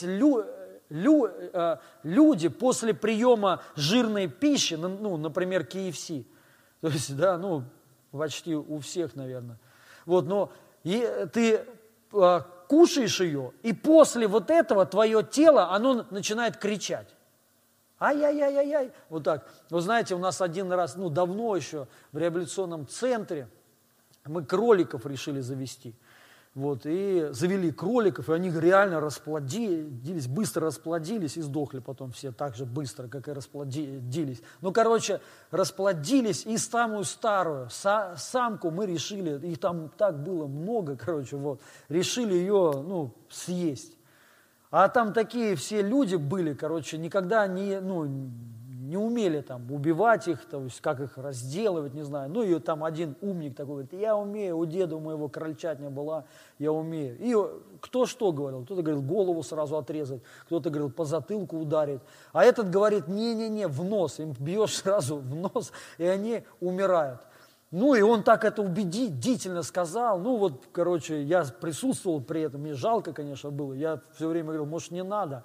люди после приема жирной пищи, например, KFC, то есть, да, почти у всех, наверное. Но ты кушаешь ее, и после вот этого твое тело, оно начинает кричать. Ай-яй-яй-яй-яй. Вот так. Вы знаете, у нас один раз, давно еще в реабилитационном центре мы кроликов решили завести. И завели кроликов, и они реально расплодились, быстро расплодились и сдохли потом все так же быстро, как и расплодились. Расплодились, и самую старую самку мы решили, их там так было много, решили ее, съесть. А там такие все люди были, никогда не умели там убивать их, то есть как их разделывать, не знаю. И там один умник такой говорит: я умею, у деда моего крольчатня была, я умею. И кто что говорил? Кто-то говорил, голову сразу отрезать, кто-то говорил, по затылку ударить. А этот говорит, не-не-не, в нос, им бьешь сразу в нос, и они умирают. И он так это убедительно сказал. Я присутствовал при этом, мне жалко, конечно, было. Я все время говорил, может, не надо.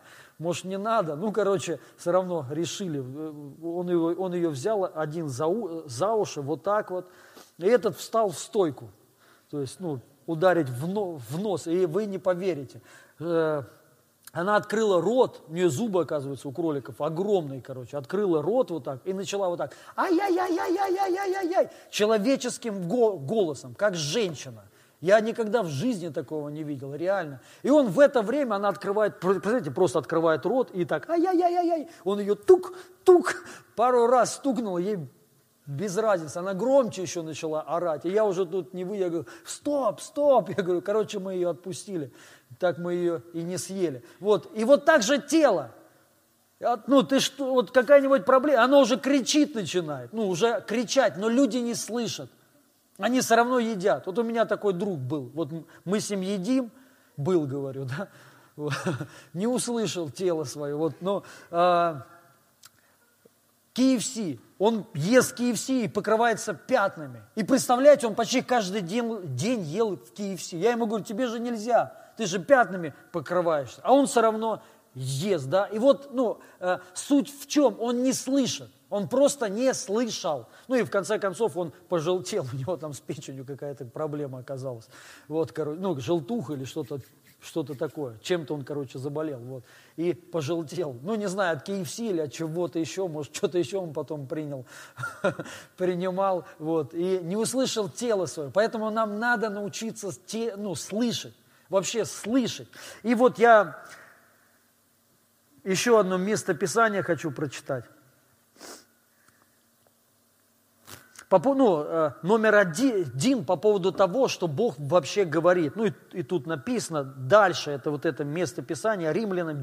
Все равно решили. Он ее взял один за уши, вот так вот. И этот встал в стойку. То есть, ударить в нос. И вы не поверите. Она открыла рот, у нее зубы, оказывается, у кроликов огромные, открыла рот вот так и начала вот так, ай-яй-яй-яй-яй-яй-яй-яй, человеческим голосом, как женщина. Я никогда в жизни такого не видел, реально. И он в это время, она открывает, представляете, просто открывает рот и так, ай-яй-яй-яй-яй, он ее тук-тук, пару раз стукнул, ей без разницы, она громче еще начала орать, и я уже тут не я говорю, стоп, я говорю, мы ее отпустили. Так мы ее и не съели. И вот так же тело. Ты что, какая-нибудь проблема, оно уже кричит начинает, уже кричать, но люди не слышат. Они все равно едят. У меня такой друг был, мы с ним едим, говорю, да, не услышал тело свое. KFC, он ест KFC и покрывается пятнами. И представляете, он почти каждый день ел в KFC. Я ему говорю, тебе же нельзя, ты же пятнами покрываешься. А он все равно ест, да. И суть в чем? Он не слышит, он просто не слышал. И в конце концов он пожелтел, у него там с печенью какая-то проблема оказалась. Желтуха или что-то такое. Чем-то он, заболел. И пожелтел. Не знаю, от KFC или от чего-то еще, может, что-то еще он потом принимал. И не услышал тело свое. Поэтому нам надо научиться слышать. Вообще слышать. И я еще одно место Писания хочу прочитать. Номер один по поводу того, что Бог вообще говорит. И тут написано дальше, это место Писания, Римлянам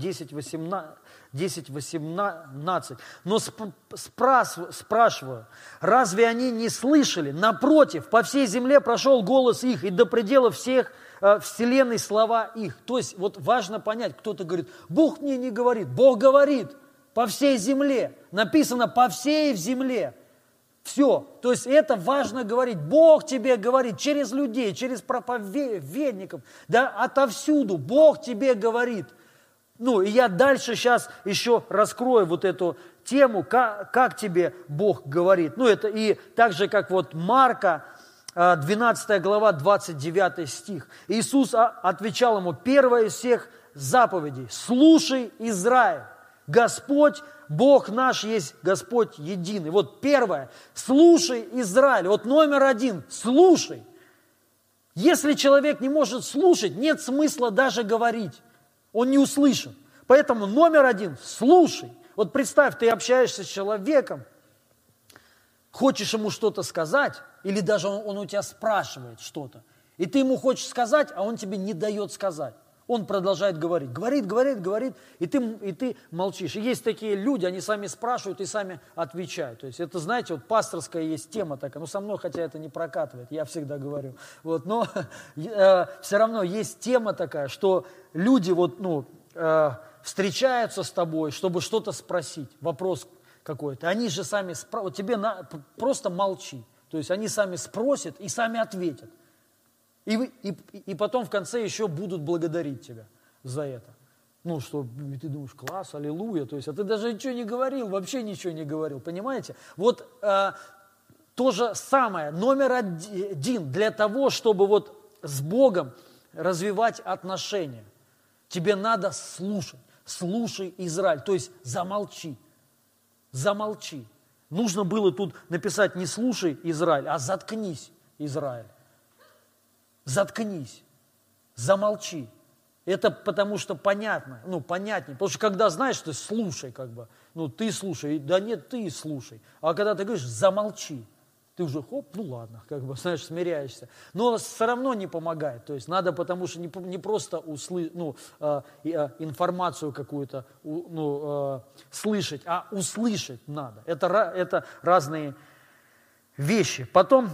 10:18. Но спрашиваю, разве они не слышали? Напротив, по всей земле прошел голос их, и до предела всех вселенной слова их. То есть, важно понять, кто-то говорит, Бог мне не говорит, Бог говорит по всей земле. Написано по всей земле. Все. То есть это важно говорить. Бог тебе говорит через людей, через проповедников, да, отовсюду. Бог тебе говорит. И я дальше сейчас еще раскрою эту тему, как тебе Бог говорит. Это и так же, как Марка, 12 глава, 29 стих. Иисус отвечал ему, первая из всех заповедей, слушай, Израиль, Господь, Бог наш есть Господь единый. Первое, слушай, Израиль. Номер один, слушай. Если человек не может слушать, нет смысла даже говорить. Он не услышит. Поэтому номер один, слушай. Представь, ты общаешься с человеком, хочешь ему что-то сказать, или даже он у тебя спрашивает что-то, и ты ему хочешь сказать, а он тебе не дает сказать. Он продолжает говорить, говорит, и ты молчишь. И есть такие люди, они сами спрашивают и сами отвечают. То есть это, знаете, вот пасторская есть тема такая, со мной, хотя это не прокатывает, я всегда говорю. Вот, но все равно есть тема такая, что люди встречаются с тобой, чтобы что-то спросить, вопрос какой-то. Они же сами спрашивают, тебе просто молчи. То есть они сами спросят и сами ответят. И потом в конце еще будут благодарить тебя за это. Что ты думаешь, класс, аллилуйя. То есть, а ты даже ничего не говорил, вообще ничего не говорил, понимаете? Вот то же самое, номер один, для того, чтобы с Богом развивать отношения, тебе надо слушать. Слушай, Израиль, то есть замолчи. Замолчи. Нужно было тут написать не слушай, Израиль, а заткнись, Израиль. Заткнись, замолчи. Это потому что понятно, понятнее. Потому что когда знаешь, ты слушай, ты слушай, да нет, ты слушай. А когда ты говоришь, замолчи, ты уже ладно, знаешь, смиряешься. Но все равно не помогает. То есть надо, потому что не просто информацию какую-то слышать, а услышать надо. Это разные вещи. Потом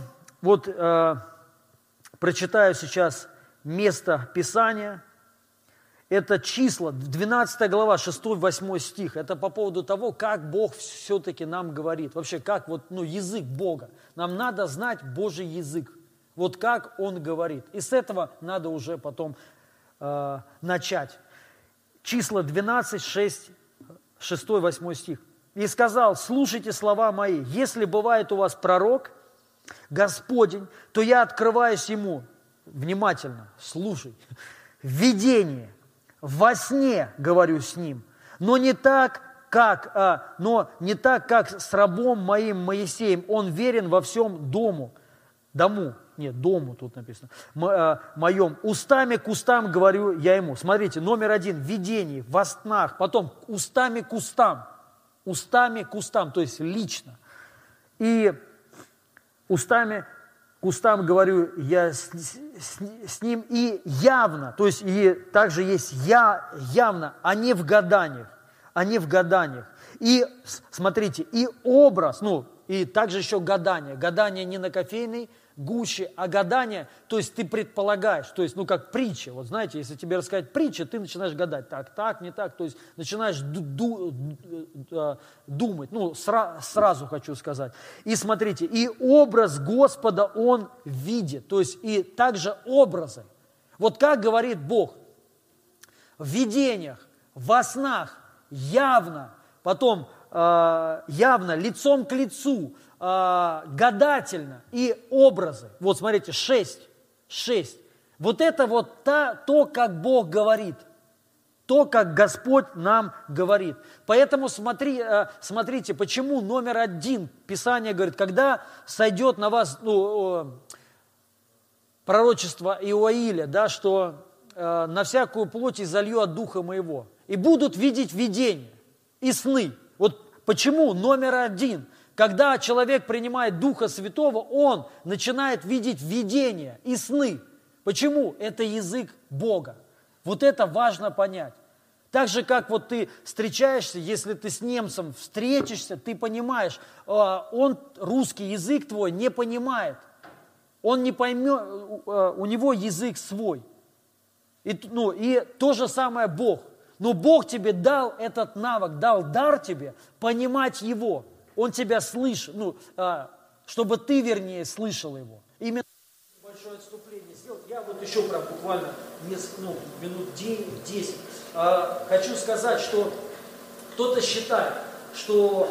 прочитаю сейчас место Писания. Это числа, 12 глава, 6-8 стих. Это по поводу того, как Бог все-таки нам говорит. Вообще, как язык Бога. Нам надо знать Божий язык. Вот как Он говорит. И с этого надо уже потом начать. Числа 12, 6-8 стих. «И сказал, слушайте слова мои, если бывает у вас пророк, Господень, то я открываюсь ему». Внимательно, слушай. «Видение, во сне говорю с ним, но не так, как с рабом моим Моисеем. Он верен во всем дому тут написано, моем. Устами к устам говорю я ему». Смотрите, номер один, видение, во снах. Потом устами к устам, то есть лично. И устами к устам говорю я с ним и явно, то есть и также есть явно, а не в гаданиях. И смотрите, и образ, и также еще гадание. Гадание не на кофейной гуще, а гадание, то есть ты предполагаешь, то есть, как притча. Вот знаете, если тебе рассказать притчу, ты начинаешь гадать, так, не так, то есть начинаешь думать, сразу хочу сказать. И смотрите, и образ Господа он видит, то есть и также образы. Вот как говорит Бог, в видениях, во снах, явно, потом явно, лицом к лицу, гадательно и образы. Вот смотрите, 6. Вот это то, как Бог говорит, то, как Господь нам говорит. Поэтому смотрите, почему номер один Писание говорит, когда сойдет на вас пророчество Иоиля, что на всякую плоть изолью от Духа Моего, и будут видеть видения и сны. Вот почему номер один. Когда человек принимает Духа Святого, он начинает видеть видения и сны. Почему? Это язык Бога. Вот это важно понять. Так же, как ты встречаешься, если ты с немцем встретишься, ты понимаешь, он русский язык твой не понимает. Он не поймет, у него язык свой. И то же самое Бог. Но Бог тебе дал этот навык, дал дар тебе понимать Его. Он тебя слышит, чтобы ты, вернее, слышал Его. Именно большое отступление сделать. Я еще буквально минут 10 хочу сказать, что кто-то считает, что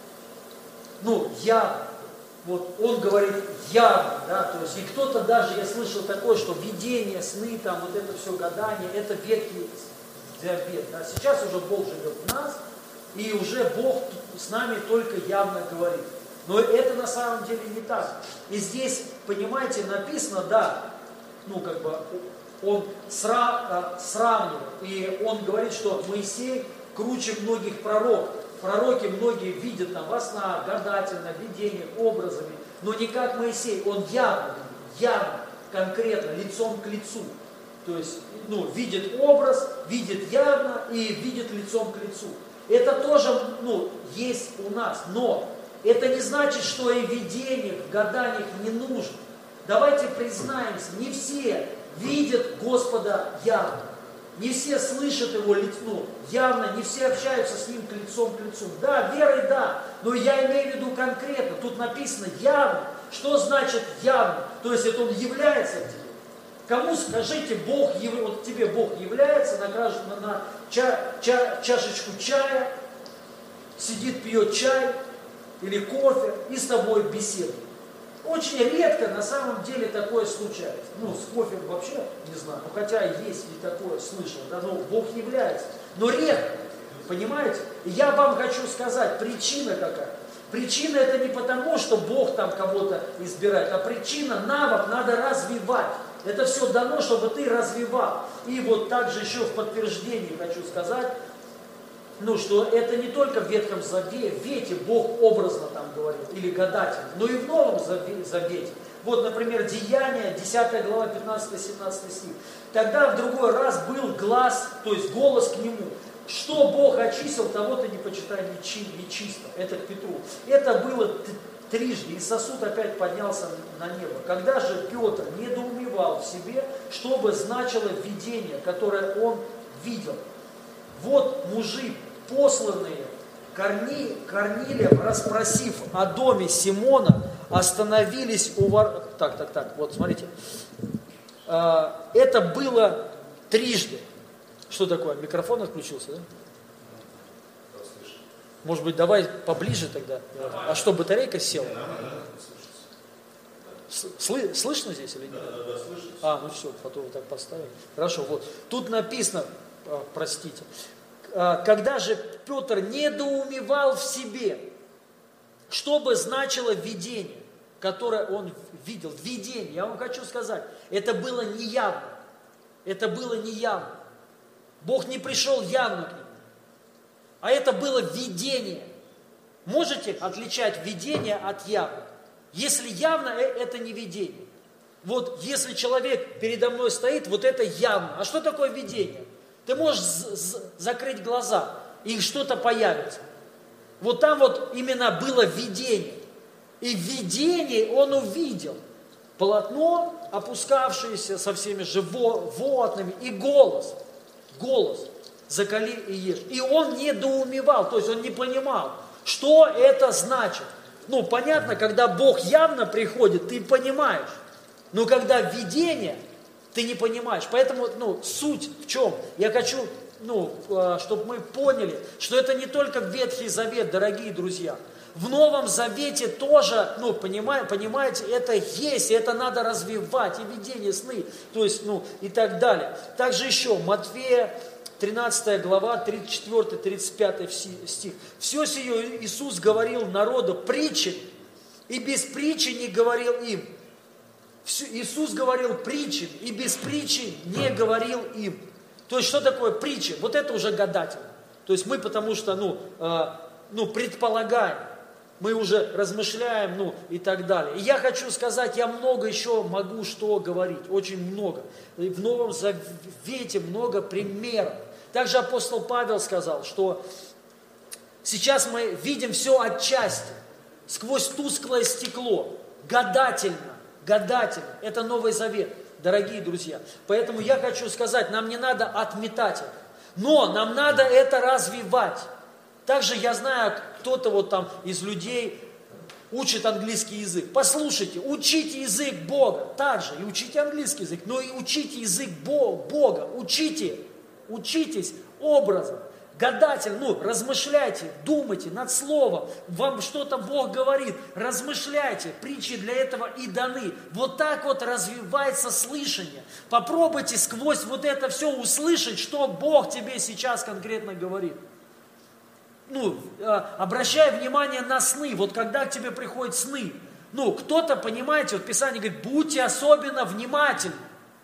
явно, он говорит явно, то есть и кто-то даже, я слышал такое, что видение, сны, это все гадание, это ветхий завет. Сейчас уже Бог живет в нас, и уже Бог с нами только явно говорит. Но это на самом деле не так. И здесь, понимаете, написано, он сравнивает. И он говорит, что Моисей круче многих пророков. Пророки многие видят во снах, гадательно, видениях, образами. Но не как Моисей, он явно, конкретно, лицом к лицу. То То есть, видит образ, видит явно и видит лицом к лицу. Это тоже, есть у нас, но это не значит, что и видение в гаданиях не нужно. Давайте признаемся, не все видят Господа явно. Не все слышат Его явно, не все общаются с Ним лицом к лицу. Да, верой да, но я имею в виду конкретно. Тут написано явно. Что значит явно? То есть это Он является тебе. Кому скажите, вот тебе Бог является на чашечку чая, сидит, пьет чай или кофе и с тобой беседует. Очень редко на самом деле такое случается. С кофе вообще не знаю, хотя есть и такое слышал, да, Бог является. Но редко, понимаете? И я вам хочу сказать, причина какая. Причина это не потому, что Бог там кого-то избирает, а причина, навык надо развивать. Это все дано, чтобы ты развивал. И вот также еще в подтверждении хочу сказать, что это не только в Ветхом Завете Бог образно там говорил, или гадательно, но и в Новом Завете. Вот, например, Деяния, 10 глава, 15-17 стих. Тогда в другой раз был глас, то есть голос к нему. Что Бог очистил, того ты не почитай нечисто. Это к Петру. Это было трижды, и сосуд опять поднялся на небо. Когда же Петр недоумевал в себе, что бы значило видение, которое он видел. Вот мужи, посланные Корнилием, расспросив о доме Симона, остановились у ворот. Вот смотрите. Это было трижды. Что такое? Микрофон отключился, да? Может быть, давай поближе тогда. А что, батарейка села? Слышно здесь или нет? Да, все, потом вот так поставим. Хорошо, вот. Тут написано, простите. Когда же Петр недоумевал в себе, что бы значило видение, которое он видел. Видение, я вам хочу сказать, это было неявно. Это было неявно. Бог не пришел явно к ним. А это было видение. Можете отличать видение от явно? Если явно, это не видение. Вот если человек передо мной стоит, вот это явно. А что такое видение? Ты можешь закрыть глаза, и что-то появится. Вот там вот именно было видение. И в видении он увидел полотно, опускавшееся со всеми животными, и голос. Закали и ешь. И он недоумевал, то есть он не понимал, что это значит. Понятно, когда Бог явно приходит, ты понимаешь. Но когда видение, ты не понимаешь. Поэтому, суть в чем? Я хочу, чтобы мы поняли, что это не только Ветхий Завет, дорогие друзья. В Новом Завете тоже, понимаете, это есть, и это надо развивать, и видение, сны, то есть, и так далее. Также еще, Матфея, 13 глава, 34-35 стих. Все сие Иисус говорил народу притчами, и без притчи не говорил им. Иисус говорил притчами, и без притчи не говорил им. То есть, что такое притча? Вот это уже гадательно. То есть, мы потому что, предполагаем, мы уже размышляем, и так далее. И я хочу сказать, я много еще могу что говорить, очень много. И в Новом Завете много примеров. Также апостол Павел сказал, что сейчас мы видим все отчасти, сквозь тусклое стекло, гадательно. Это Новый Завет, дорогие друзья. Поэтому я хочу сказать, нам не надо отметать это, но нам надо это развивать. Также я знаю, кто-то вот там из людей учит английский язык. Послушайте, учите язык Бога, также и учите английский язык, но и учите язык Бога, учитесь образом, гадательно, размышляйте, думайте над словом, вам что-то Бог говорит, размышляйте, притчи для этого и даны. Вот так вот развивается слышание. Попробуйте сквозь вот это все услышать, что Бог тебе сейчас конкретно говорит. Обращай внимание на сны, вот когда к тебе приходят сны, кто-то, понимаете, вот Писание говорит, будьте особенно внимательны.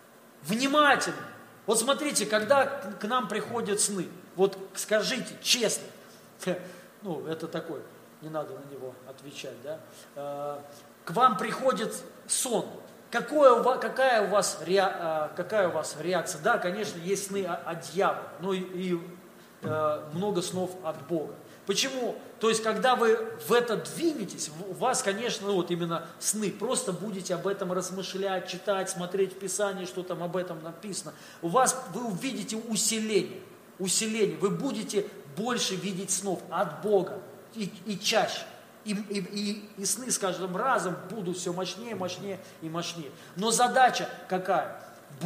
Вот смотрите, когда к нам приходят сны, вот скажите честно, это такой, не надо на него отвечать, да, к вам приходит сон, какая у вас реакция? Да, конечно, есть сны от дьявола, но и много снов от Бога. Почему? То есть, когда вы в это двинетесь, у вас, конечно, вот именно сны, просто будете об этом размышлять, читать, смотреть в Писании, что там об этом написано. Вы увидите усиление, вы будете больше видеть снов от Бога и чаще. И сны с каждым разом будут все мощнее и мощнее. Но задача какая?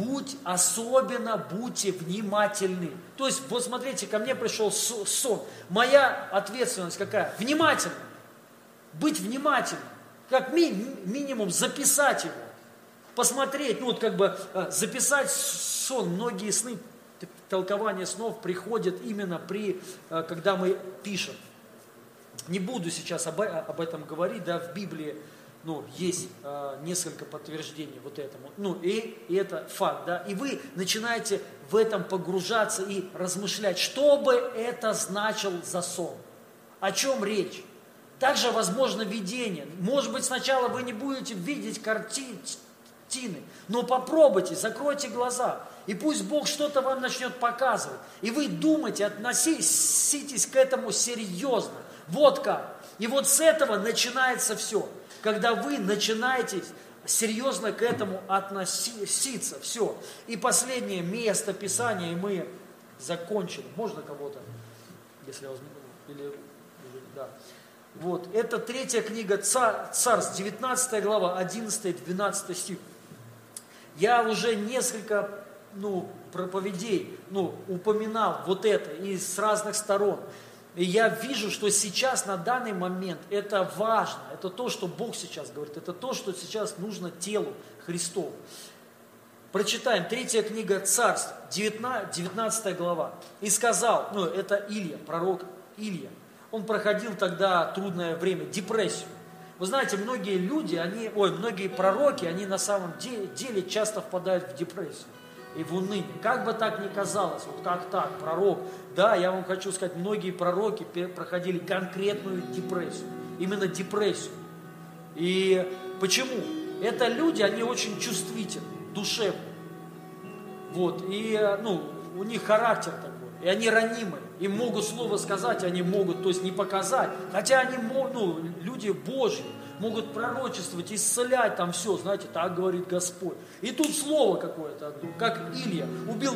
Будьте внимательны. То есть, вот смотрите, ко мне пришел сон. Моя ответственность какая? Внимательно. Быть внимательным. Как минимум записать его. Посмотреть, записать сон. Многие сны, толкование снов приходят именно когда мы пишем. Не буду сейчас об этом говорить, да, в Библии есть несколько подтверждений вот этому. И это факт, да. И вы начинаете в этом погружаться и размышлять, что бы это значил за сон, о чем речь. Также возможно видение. Может быть, сначала вы не будете видеть картины, но попробуйте, закройте глаза, и пусть Бог что-то вам начнет показывать. И вы думайте, относитесь к этому серьезно. Вот как. И вот с этого начинается все. Когда вы начинаете серьезно к этому относиться. Все. И последнее место Писания, и мы закончим. Можно кого-то? Если я возьму. Да. Вот. Это 3 книга Царств, 19 глава, 11-12 стих. Я уже несколько проповедей упоминал вот это и с разных сторон. И я вижу, что сейчас, на данный момент, это важно, это то, что Бог сейчас говорит, это то, что сейчас нужно телу Христову. Прочитаем, 3 книга Царств, 19 глава. «И сказал», это Илия, пророк Илия, он проходил тогда трудное время, депрессию. Вы знаете, многие пророки, они на самом деле часто впадают в депрессию и в уныние. Как бы так ни казалось, вот как так, пророк, да, я вам хочу сказать, многие пророки проходили конкретную депрессию, именно депрессию. И почему? Это люди, они очень чувствительны, душевные. Вот, и, у них характер такой, и они ранимые, им могут слово сказать, они могут, то есть не показать, хотя они, люди Божьи, могут пророчествовать, исцелять там все, знаете, так говорит Господь. И тут слово какое-то, как Илия, убил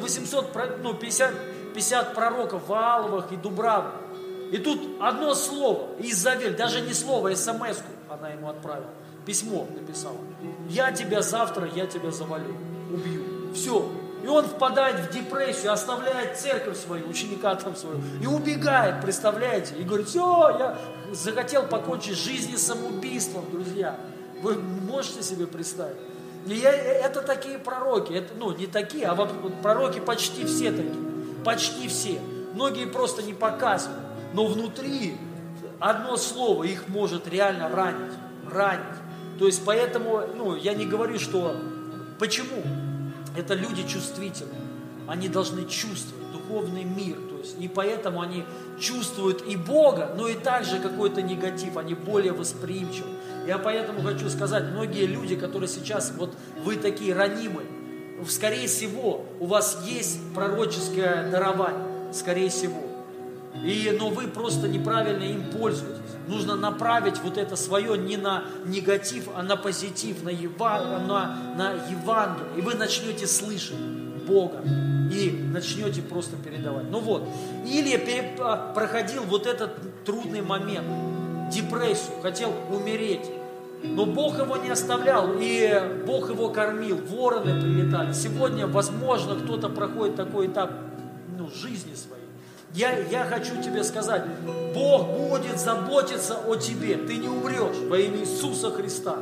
50 пророков Вааловых и Дубравых. И тут одно слово, Изавель, даже не слово, смс-ку она ему отправила, письмо написала. Я тебя завалю, убью. Все. И он впадает в депрессию, оставляет церковь свою, ученика там свою, и убегает, представляете? И говорит, все, я захотел покончить жизнь самоубийством, друзья. Вы можете себе представить? И это такие пророки, это, не такие, а вот пророки почти все такие, почти все. Многие просто не показывают, но внутри одно слово их может реально ранить. То есть поэтому, я не говорю, что... Почему? Это люди чувствительные, они должны чувствовать духовный мир, то есть, и поэтому они чувствуют и Бога, но и также какой-то негатив, они более восприимчивы. Я поэтому хочу сказать, многие люди, которые сейчас, вот вы такие ранимые, скорее всего, у вас есть пророческое дарование, скорее всего, но вы просто неправильно им пользуетесь. Нужно направить вот это свое не на негатив, а на позитив, на Евангелие. И вы начнете слышать Бога и начнете просто передавать. Илия проходил вот этот трудный момент, депрессию, хотел умереть. Но Бог его не оставлял, и Бог его кормил, вороны прилетали. Сегодня, возможно, кто-то проходит такой этап жизни своей. Я хочу тебе сказать, Бог будет заботиться о тебе, ты не умрешь во имя Иисуса Христа.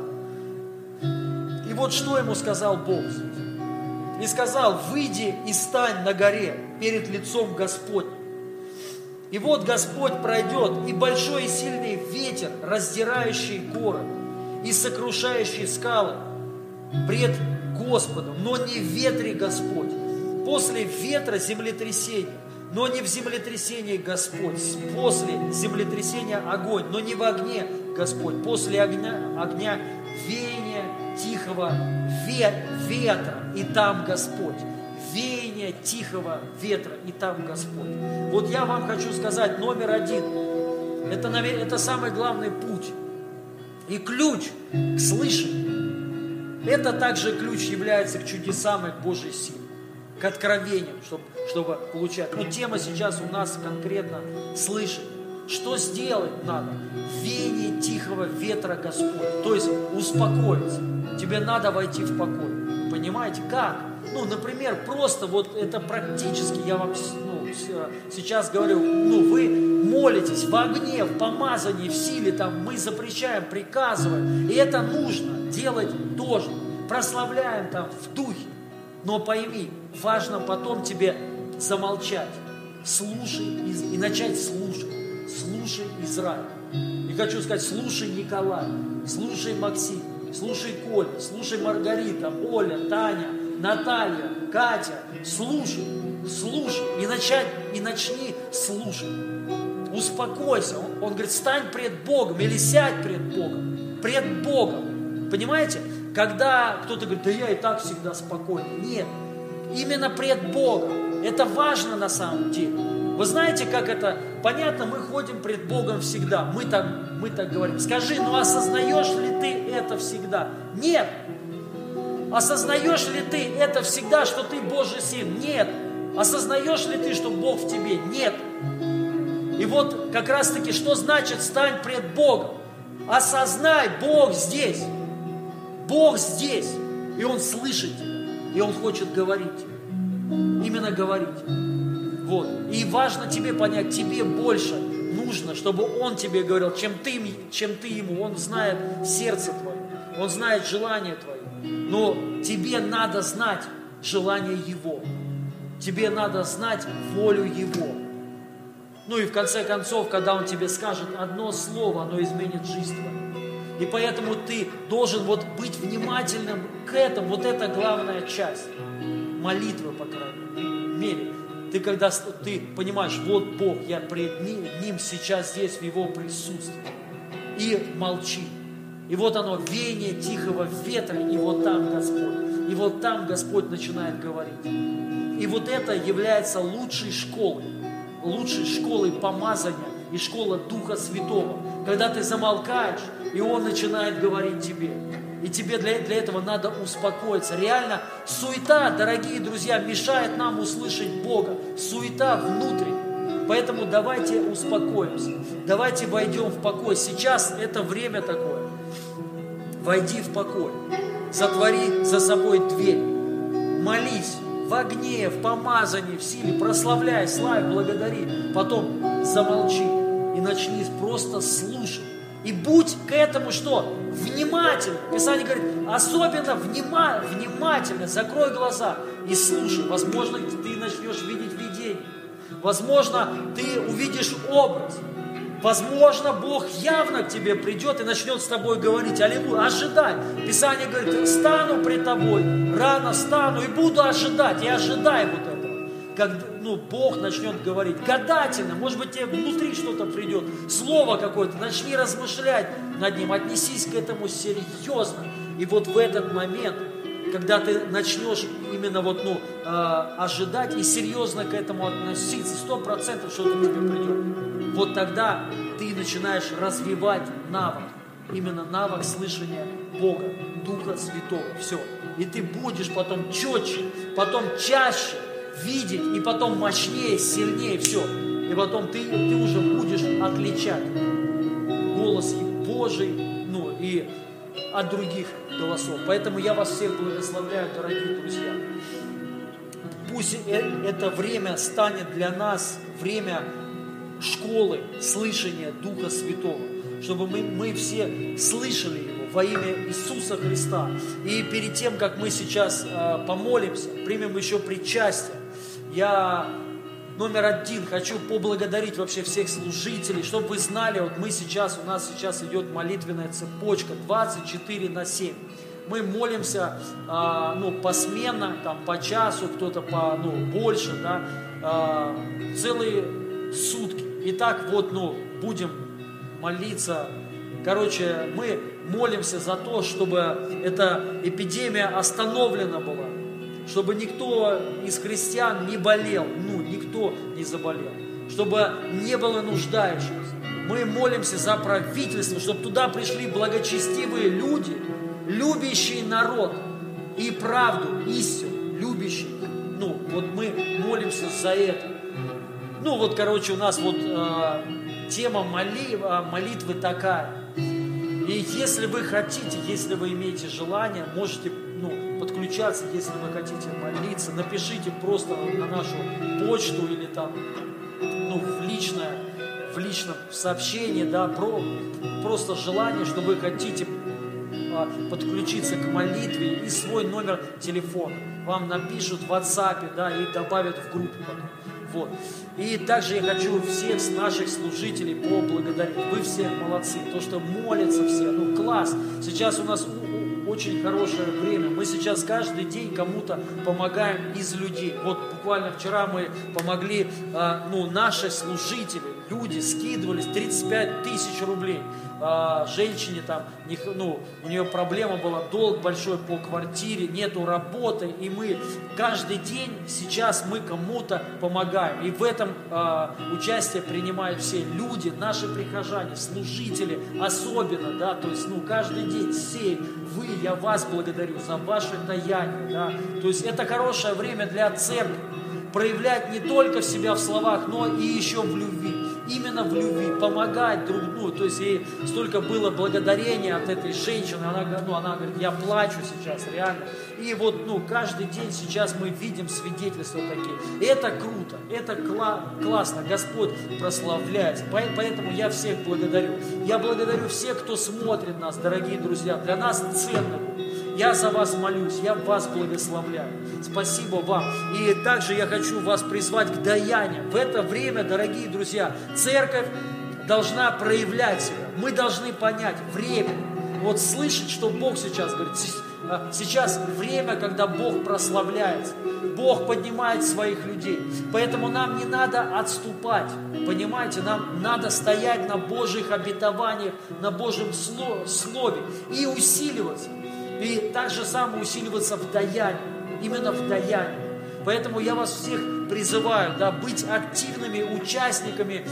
И вот что ему сказал Бог. И сказал, выйди и стань на горе перед лицом Господним. И вот Господь пройдет, и большой и сильный ветер, раздирающий горы и сокрушающий скалы пред Господом, но не в ветре Господь. После ветра землетрясение, но не в землетрясении Господь. После землетрясения огонь, но не в огне Господь. После огня веяние тихого ветра, и там Господь. Веяние тихого ветра, и там Господь. Вот я вам хочу сказать, номер один, это самый главный путь. И ключ к слышанию. Это также ключ является к чудесам и к Божьей силе, к откровениям, чтобы получать. Но тема сейчас у нас конкретно слышать. Что сделать надо? Веяние тихого ветра Господь. То есть успокоиться. Тебе надо войти в покой. Понимаете, как? Например, просто вот это практически, я вам сейчас говорю, вы молитесь в огне, в помазании, в силе, там, мы запрещаем, приказываем, и это нужно делать тоже. Прославляем там в духе. Но пойми, важно потом тебе замолчать, слушай и начать слушать. Слушай Израиль. И хочу сказать, слушай Николай, слушай Максим, слушай Коля, слушай Маргарита, Оля, Таня, Наталья, Катя. Слушай и начни слушать. Успокойся. Он говорит, стань пред Богом или сядь пред Богом. Пред Богом. Понимаете? Когда кто-то говорит, да я и так всегда спокойный. Нет. Именно пред Богом. Это важно на самом деле. Вы знаете, как это понятно? Мы ходим пред Богом всегда. Мы так говорим. Скажи, осознаешь ли ты это всегда? Нет. Осознаешь ли ты это всегда, что ты Божий сын? Нет. Осознаешь ли ты, что Бог в тебе? Нет. И вот как раз таки, что значит стань пред Богом? Осознай, Бог здесь. Бог здесь. И Он слышит тебя. И Он хочет говорить тебе. Именно говорить. Вот. И важно тебе понять, тебе больше нужно, чтобы Он тебе говорил, чем ты Ему. Он знает сердце твое. Он знает желание твое. Но тебе надо знать желание Его. Тебе надо знать волю Его. И в конце концов, когда Он тебе скажет одно слово, оно изменит жизнь твою. И поэтому ты должен быть внимательным к этому. Вот это главная часть молитвы, по крайней мере. Когда ты понимаешь, вот Бог, я пред Ним сейчас здесь, в Его присутствии. И молчи. И вот оно, веяние тихого ветра, и вот там Господь. И вот там Господь начинает говорить. И вот это является лучшей школой помазания и школа Духа Святого. Когда ты замолкаешь, и Он начинает говорить тебе. И тебе для этого надо успокоиться. Реально, суета, дорогие друзья, мешает нам услышать Бога. Суета внутренняя. Поэтому давайте успокоимся. Давайте войдем в покой. Сейчас это время такое. Войди в покой. Затвори за собой дверь. Молись в огне, в помазании, в силе. Прославляй, славь, благодари. Потом замолчи и начни просто слушать. И будь к этому что? Внимательно. Писание говорит, особенно внимательно. Закрой глаза и слушай. Возможно, ты начнешь видеть видение. Возможно, ты увидишь образ. Возможно, Бог явно к тебе придет и начнет с тобой говорить. Аллилуйя, ожидай. Писание говорит, стану пред тобой, рано встану и буду ожидать. И ожидай вот этого. Когда Бог начнет говорить гадательно, может быть, тебе внутри что-то придет, слово какое-то, начни размышлять над ним, отнесись к этому серьезно. И вот в этот момент, когда ты начнешь именно ожидать и серьезно к этому относиться, 100% что-то тебе придет. Вот тогда ты начинаешь развивать навык, именно навык слышания Бога, Духа Святого, все. И ты будешь потом четче, потом чаще видеть, и потом мощнее, сильнее, все. И потом ты уже будешь отличать голос Божий, и от других голосов. Поэтому я вас всех благословляю, дорогие друзья. Пусть это время станет для нас время школы слышания Духа Святого, чтобы мы все слышали Его во имя Иисуса Христа. И перед тем, как мы сейчас помолимся, примем еще причастие, я номер один хочу поблагодарить вообще всех служителей, чтобы вы знали, у нас сейчас идет молитвенная цепочка 24/7. Мы молимся, посменно, по часу, кто-то больше, целые сутки. И так будем молиться Короче, мы молимся за то, чтобы эта эпидемия остановлена была, чтобы никто из христиан не болел, никто не заболел, чтобы не было нуждающихся. Мы молимся за правительство, чтобы туда пришли благочестивые люди, любящие народ и правду, истину, любящие. Мы молимся за это. У нас тема молитвы такая. И если вы хотите, если вы имеете желание, можете подключаться, если вы хотите молиться, напишите просто на нашу почту или там, в личном сообщении, да, просто желание, что вы хотите подключиться к молитве и свой номер телефона. Вам напишут в WhatsApp, да, и добавят в группу потом. Вот. И также я хочу всех наших служителей поблагодарить. Вы все молодцы, то, что молятся все, класс. Сейчас у нас очень хорошее время. Мы сейчас каждый день кому-то помогаем из людей. Вот буквально вчера мы помогли, наши служители, люди скидывались 35 тысяч рублей. Женщине там, у нее проблема была, долг большой по квартире, нету работы, и мы каждый день сейчас мы кому-то помогаем. И в этом участие принимают все люди, наши прихожане, служители особенно, да, то есть, каждый день сеять. Я вас благодарю за ваше даяние, да, то есть это хорошее время для церкви, проявлять не только себя в словах, но и еще в любви. Именно в любви, помогать друг другу. То есть ей столько было благодарения от этой женщины. Она говорит, я плачу сейчас, реально. И каждый день сейчас мы видим свидетельства такие. И это круто, это классно. Господь прославляется. Поэтому я всех благодарю. Я благодарю всех, кто смотрит нас, дорогие друзья. Для нас ценно. Я за вас молюсь, я вас благословляю. Спасибо вам. И также я хочу вас призвать к даянию. В это время, дорогие друзья, церковь должна проявлять себя. Мы должны понять время. Слышать, что Бог сейчас говорит. Сейчас время, когда Бог прославляется. Бог поднимает своих людей. Поэтому нам не надо отступать. Понимаете, нам надо стоять на Божьих обетованиях, на Божьем Слове и усиливаться. И так же самое усиливаться в даянии, именно в даянии. Поэтому я вас всех призываю, да, быть активными участниками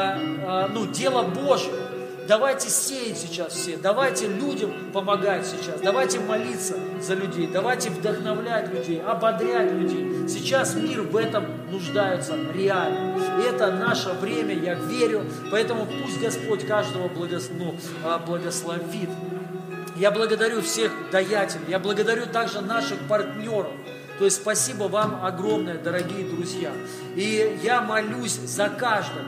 дела Божьего. Давайте сеять сейчас все, давайте людям помогать сейчас, давайте молиться за людей, давайте вдохновлять людей, ободрять людей. Сейчас мир в этом нуждается реально. И это наше время, я верю, поэтому пусть Господь каждого благословит. Я благодарю всех даятелей, я благодарю также наших партнеров. То есть спасибо вам огромное, дорогие друзья. И я молюсь за каждого.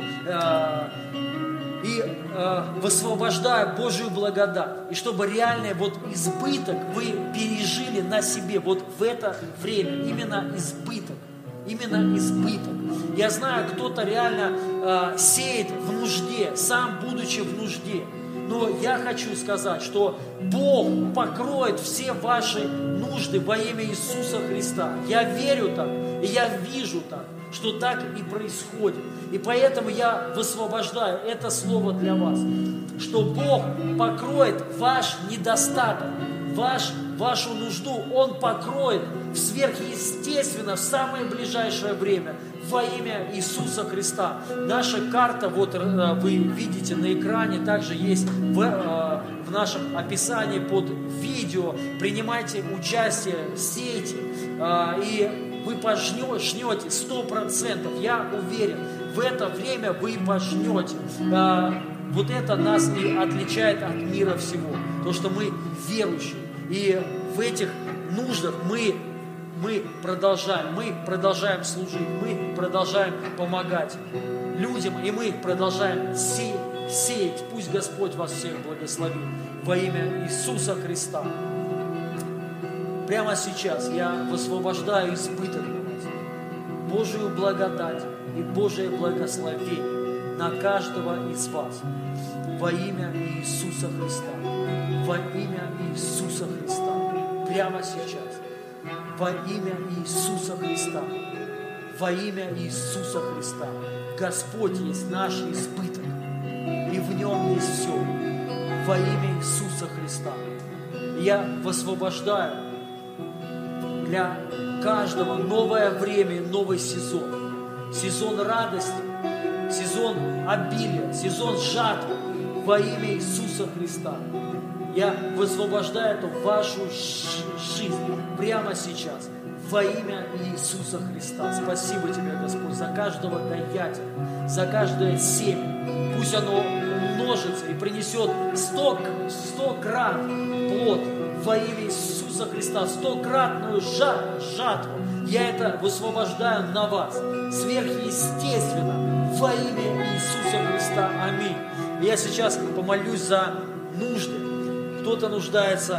Высвобождаю Божью благодать. И чтобы реальный избыток вы пережили на себе в это время. Именно избыток. Именно избыток. Я знаю, кто-то реально сеет в нужде, сам будучи в нужде. Но я хочу сказать, что Бог покроет все ваши нужды во имя Иисуса Христа. Я верю так, и я вижу так, что так и происходит. И поэтому я высвобождаю это слово для вас, что Бог покроет ваш недостаток, вашу нужду Он покроет сверхъестественно в самое ближайшее время во имя Иисуса Христа. Наша карта, вы видите на экране, также есть в нашем описании под видео. Принимайте участие, сейте, и вы пожнете 100%. Я уверен, в это время вы пожнете. Это нас и отличает от мира всего. То, что мы верующие. И в этих нуждах мы продолжаем служить, мы продолжаем помогать людям, и мы продолжаем сеять. Пусть Господь вас всех благословит во имя Иисуса Христа. Прямо сейчас я высвобождаю избыток на вас, Божию благодать и Божие благословение на каждого из вас во имя Иисуса Христа. Во имя Иисуса Христа. Прямо сейчас. Во имя Иисуса Христа. Во имя Иисуса Христа. Господь есть наш избыток. И в Нем есть все. во имя Иисуса Христа. Я высвобождаю для каждого новое время, новый сезон. Сезон радости, сезон обилия, сезон жатвы во имя Иисуса Христа. Я высвобождаю это в вашу жизнь прямо сейчас во имя Иисуса Христа. Спасибо Тебе, Господь, за каждого даятеля, за каждое семя. Пусть оно умножится и принесет 100 крат плод во имя Иисуса Христа, 100-кратную жатву. Я это высвобождаю на вас сверхъестественно во имя Иисуса Христа. Аминь. Я сейчас помолюсь за нужды. Кто-то нуждается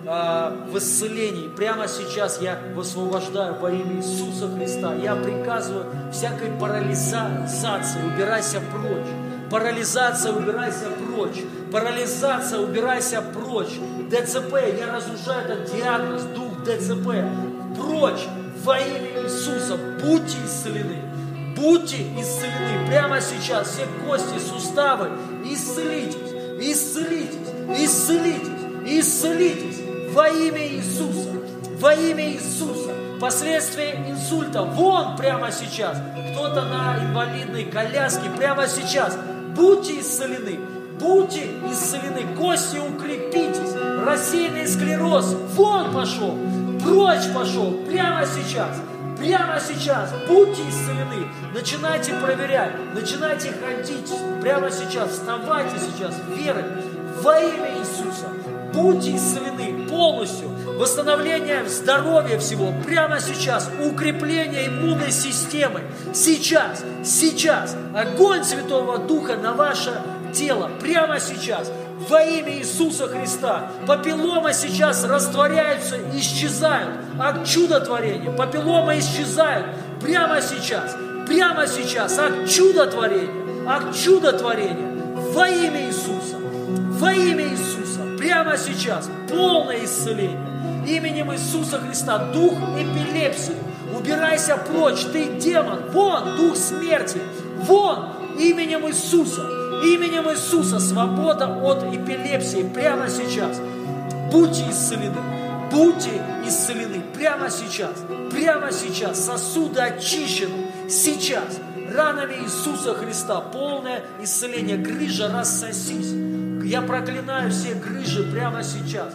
в исцелении. Прямо сейчас я высвобождаю во имя Иисуса Христа. Я приказываю всякой парализации, убирайся прочь. Парализация, убирайся прочь. Парализация, убирайся прочь. ДЦП, я разрушаю этот диагноз, дух ДЦП. Прочь во имя Иисуса. Будьте исцелены. Будьте исцелены. Прямо сейчас все кости, суставы. Исцелитесь. Исцелитесь. Исцелитесь. Исцелитесь. Во имя Иисуса. Во имя Иисуса. Последствия инсульта. Вон прямо сейчас. Кто-то на инвалидной коляске. Прямо сейчас. Будьте исцелены. Будьте исцелены. Кости укрепитесь. Рассеянный склероз. Вон пошел. Прочь пошел. Прямо сейчас. Прямо сейчас. Будьте исцелены. Начинайте проверять. Начинайте ходить. Прямо сейчас. Вставайте сейчас. Верой. Во имя Иисуса. Будьте исцелены полностью. Восстановление здоровья всего прямо сейчас. Укрепление иммунной системы. Сейчас. Сейчас. Огонь Святого Духа на ваше тело. Прямо сейчас. Во имя Иисуса Христа. Папилломы сейчас растворяются, исчезают. Акт чудотворения. Папилломы исчезают. Прямо сейчас. Прямо сейчас. Акт чудотворения. Акт чудотворения. Во имя Иисуса. Во имя Иисуса. Прямо сейчас. Полное исцеление. Именем Иисуса Христа. Дух эпилепсии. Убирайся прочь. Ты демон. Вон дух смерти. Вон именем Иисуса. Именем Иисуса. Свобода от эпилепсии. Прямо сейчас. Будьте исцелены. Будьте исцелены. Прямо сейчас. Прямо сейчас. Сосуды очищены. Сейчас. Ранами Иисуса Христа. Полное исцеление. Грыжа, рассосись. Я проклинаю все грыжи прямо сейчас.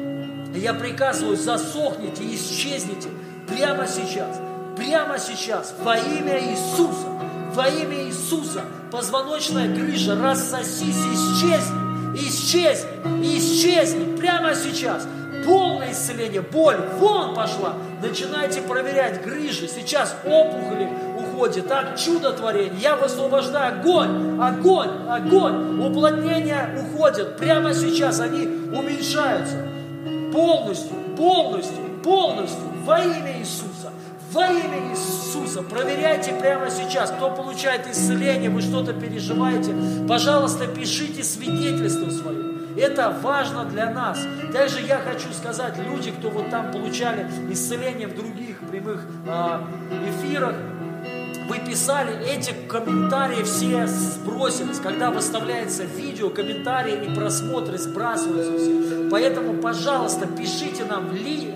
Я приказываю, засохните и исчезните прямо сейчас. Прямо сейчас. Во имя Иисуса. Во имя Иисуса. Позвоночная грыжа, рассосись, исчезни. Исчезни. Исчезни. Прямо сейчас. Полное исцеление. Боль. Вон пошла. Начинайте проверять грыжи. Сейчас опухоли уходят. Так, чудотворение. Я высвобождаю огонь. Огонь. Огонь. Уплотнения уходят. Прямо сейчас они уменьшаются. Полностью. Полностью. Полностью. Во имя Иисуса. Во имя Иисуса. Проверяйте прямо сейчас. Кто получает исцеление, вы что-то переживаете. Пожалуйста, пишите свидетельство свое. Это важно для нас. Также я хочу сказать, люди, кто вот там получали исцеление в других прямых эфирах, вы писали, эти комментарии все сбросились. Когда выставляется видео, комментарии и просмотры сбрасываются все. Поэтому, пожалуйста, пишите нам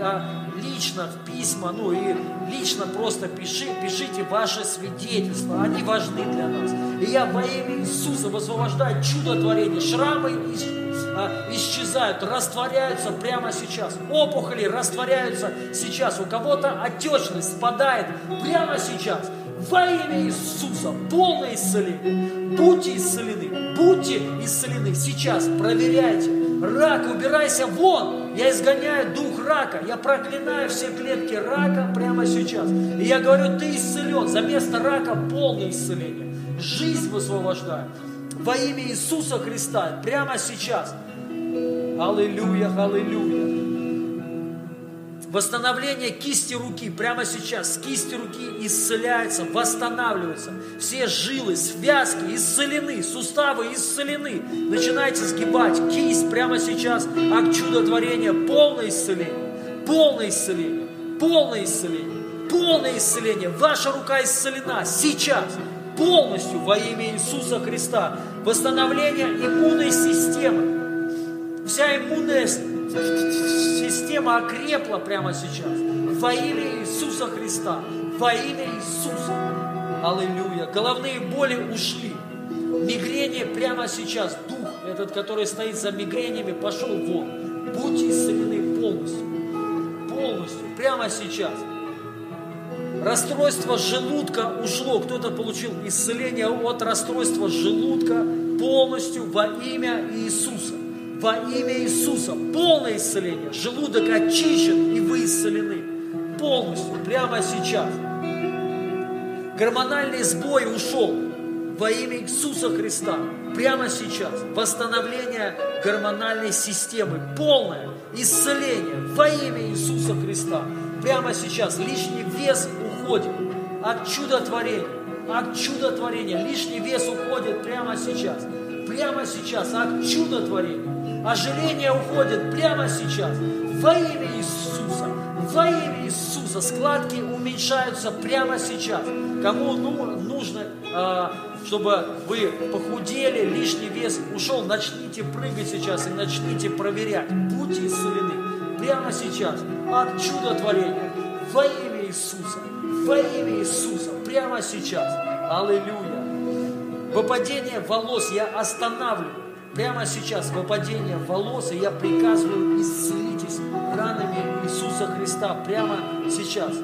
лично в письма, ну и лично просто пишите ваши свидетельства. Они важны для нас. И я во имя Иисуса высвобождаю чудотворение. Шрамы исчезают, растворяются прямо сейчас. Опухоли растворяются сейчас. У кого-то отечность спадает прямо сейчас. Во имя Иисуса полное исцеление. Будьте исцелены. Будьте исцелены. Сейчас проверяйте. Рак, убирайся вон. Я изгоняю дух рака. Я проклинаю все клетки рака прямо сейчас. И я говорю, ты исцелен. За место рака полное исцеление. Жизнь высвобождаю. Во имя Иисуса Христа. Прямо сейчас. Аллилуйя, аллилуйя. Восстановление кисти руки прямо сейчас. С кисти руки исцеляется, восстанавливается. Все жилы, связки исцелены, суставы исцелены. Начинайте сгибать кисть прямо сейчас. Акт чудотворения. Полное исцеление. Полное исцеление. Полное исцеление. Полное исцеление. Ваша рука исцелена сейчас. Полностью во имя Иисуса Христа. Восстановление иммунной системы. вся иммунная система окрепла прямо сейчас. Во имя Иисуса Христа. Во имя Иисуса. Аллилуйя. Головные боли ушли. Мигрени прямо сейчас. Дух этот, который стоит за мигренями, пошел вон. Будьте исцелены полностью. Полностью. Прямо сейчас. Расстройство желудка ушло. Кто-то получил исцеление от расстройства желудка полностью во имя Иисуса. Во имя Иисуса. Полное исцеление. Желудок очищен, и вы исцелены. Полностью. Прямо сейчас. Гормональный сбой ушел. Во имя Иисуса Христа. Прямо сейчас. Восстановление гормональной системы. Полное исцеление. Во имя Иисуса Христа. Прямо сейчас. Лишний вес уходит. От чудотворения. От чудотворения. Лишний вес уходит прямо сейчас. Прямо сейчас. От чудотворения. Ожирение уходит прямо сейчас. Во имя Иисуса. Во имя Иисуса. Складки уменьшаются прямо сейчас. Кому нужно, чтобы вы похудели, лишний вес ушел, начните прыгать сейчас и начните проверять. Будьте исцелены прямо сейчас от чудотворения. Во имя Иисуса. Во имя Иисуса. Прямо сейчас. Аллилуйя. Выпадение волос я останавливаю. Прямо сейчас выпадение волос, и я приказываю, исцелитесь ранами Иисуса Христа. Прямо сейчас.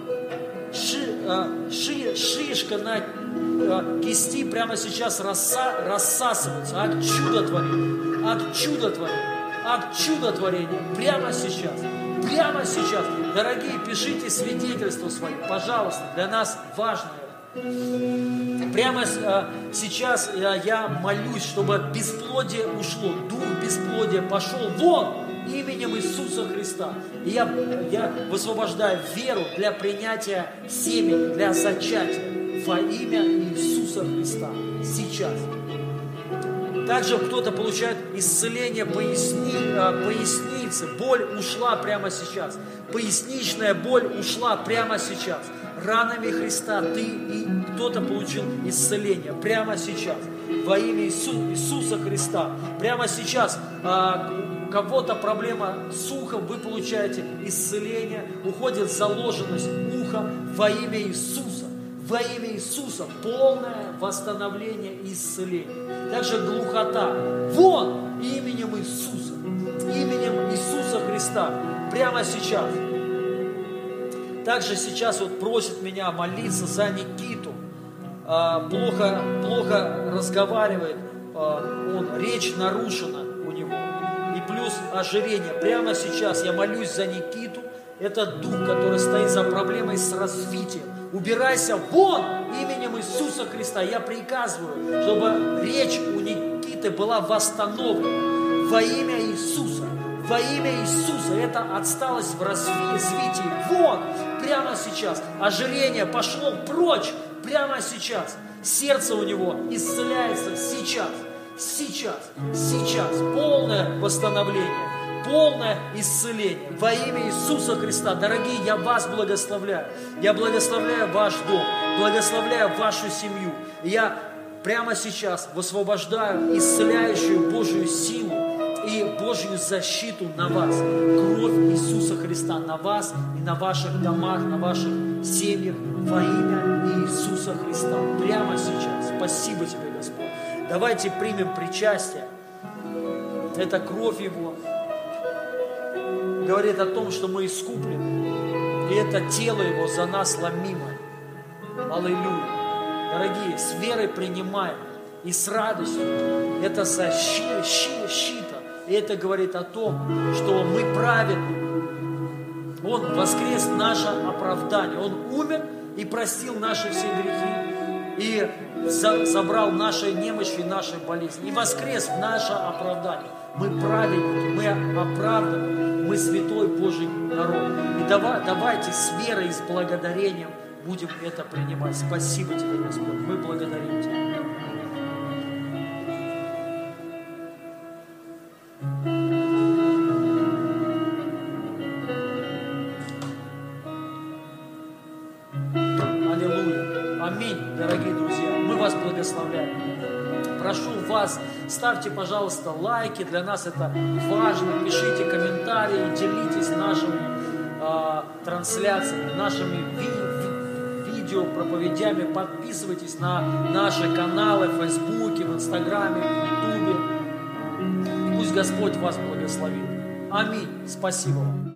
Шишка на кисти прямо сейчас рассасывается от чудотворения. От чудотворения. От чудотворения. Прямо сейчас. Прямо сейчас. Дорогие, пишите свидетельства свои, пожалуйста. Для нас важно это. Прямо сейчас я молюсь, чтобы бесплодие ушло, дух бесплодия пошел вон именем Иисуса Христа. И я высвобождаю веру для принятия семени, для зачатия во имя Иисуса Христа. Сейчас. Также кто-то получает исцеление поясницы. Боль ушла прямо сейчас. Поясничная боль ушла прямо сейчас. Ранами Христа ты и кто-то получил исцеление прямо сейчас. Во имя Иисуса Христа. Прямо сейчас у кого-то проблема с ухом, вы получаете исцеление. Уходит заложенность уха во имя Иисуса. Во имя Иисуса полное восстановление и исцеление. Также глухота. Вон именем Иисуса. Именем Иисуса Христа. Прямо сейчас. Также сейчас вот просит меня молиться за Никиту. Плохо разговаривает. Речь нарушена у него. И плюс ожирение. Прямо сейчас я молюсь за Никиту. Это дух, который стоит за проблемой с развитием. Убирайся вон именем Иисуса Христа. Я приказываю, чтобы речь у Никиты была восстановлена во имя Иисуса. Во имя Иисуса. Это отсталость в развитии. Вон, прямо сейчас. Ожирение пошло прочь прямо сейчас. Сердце у него исцеляется сейчас. Сейчас. Сейчас. Полное восстановление. Полное исцеление во имя Иисуса Христа. Дорогие, я вас благословляю. Я благословляю ваш дом, благословляю вашу семью. Я прямо сейчас высвобождаю исцеляющую Божью силу и Божью защиту на вас. Кровь Иисуса Христа на вас и на ваших домах, на ваших семьях во имя Иисуса Христа. Прямо сейчас. Спасибо тебе, Господь. Давайте примем причастие. Это кровь Его. Говорит о том, что мы искуплены. И это тело Его за нас ломимое. Аллилуйя. Дорогие, с верой принимаем. И с радостью. Это защита. И это говорит о том, что мы праведны. Он воскрес наше оправдание. Он умер и простил наши все грехи. И забрал наши немощи и наши болезни. И воскрес в наше оправдание. Мы праведники, мы оправданы, мы святой Божий народ. И давайте с верой и с благодарением будем это принимать. Спасибо тебе, Господь. Мы благодарим Тебя. Аллилуйя. Аминь, дорогие друзья. Мы вас благословляем. Прошу вас Ставьте, пожалуйста, лайки, для нас это важно. Пишите комментарии, делитесь нашими трансляциями, нашими видео, проповедями. Подписывайтесь на наши каналы в Фейсбуке, в Инстаграме, в Ютубе. Пусть Господь вас благословит. Аминь. Спасибо вам.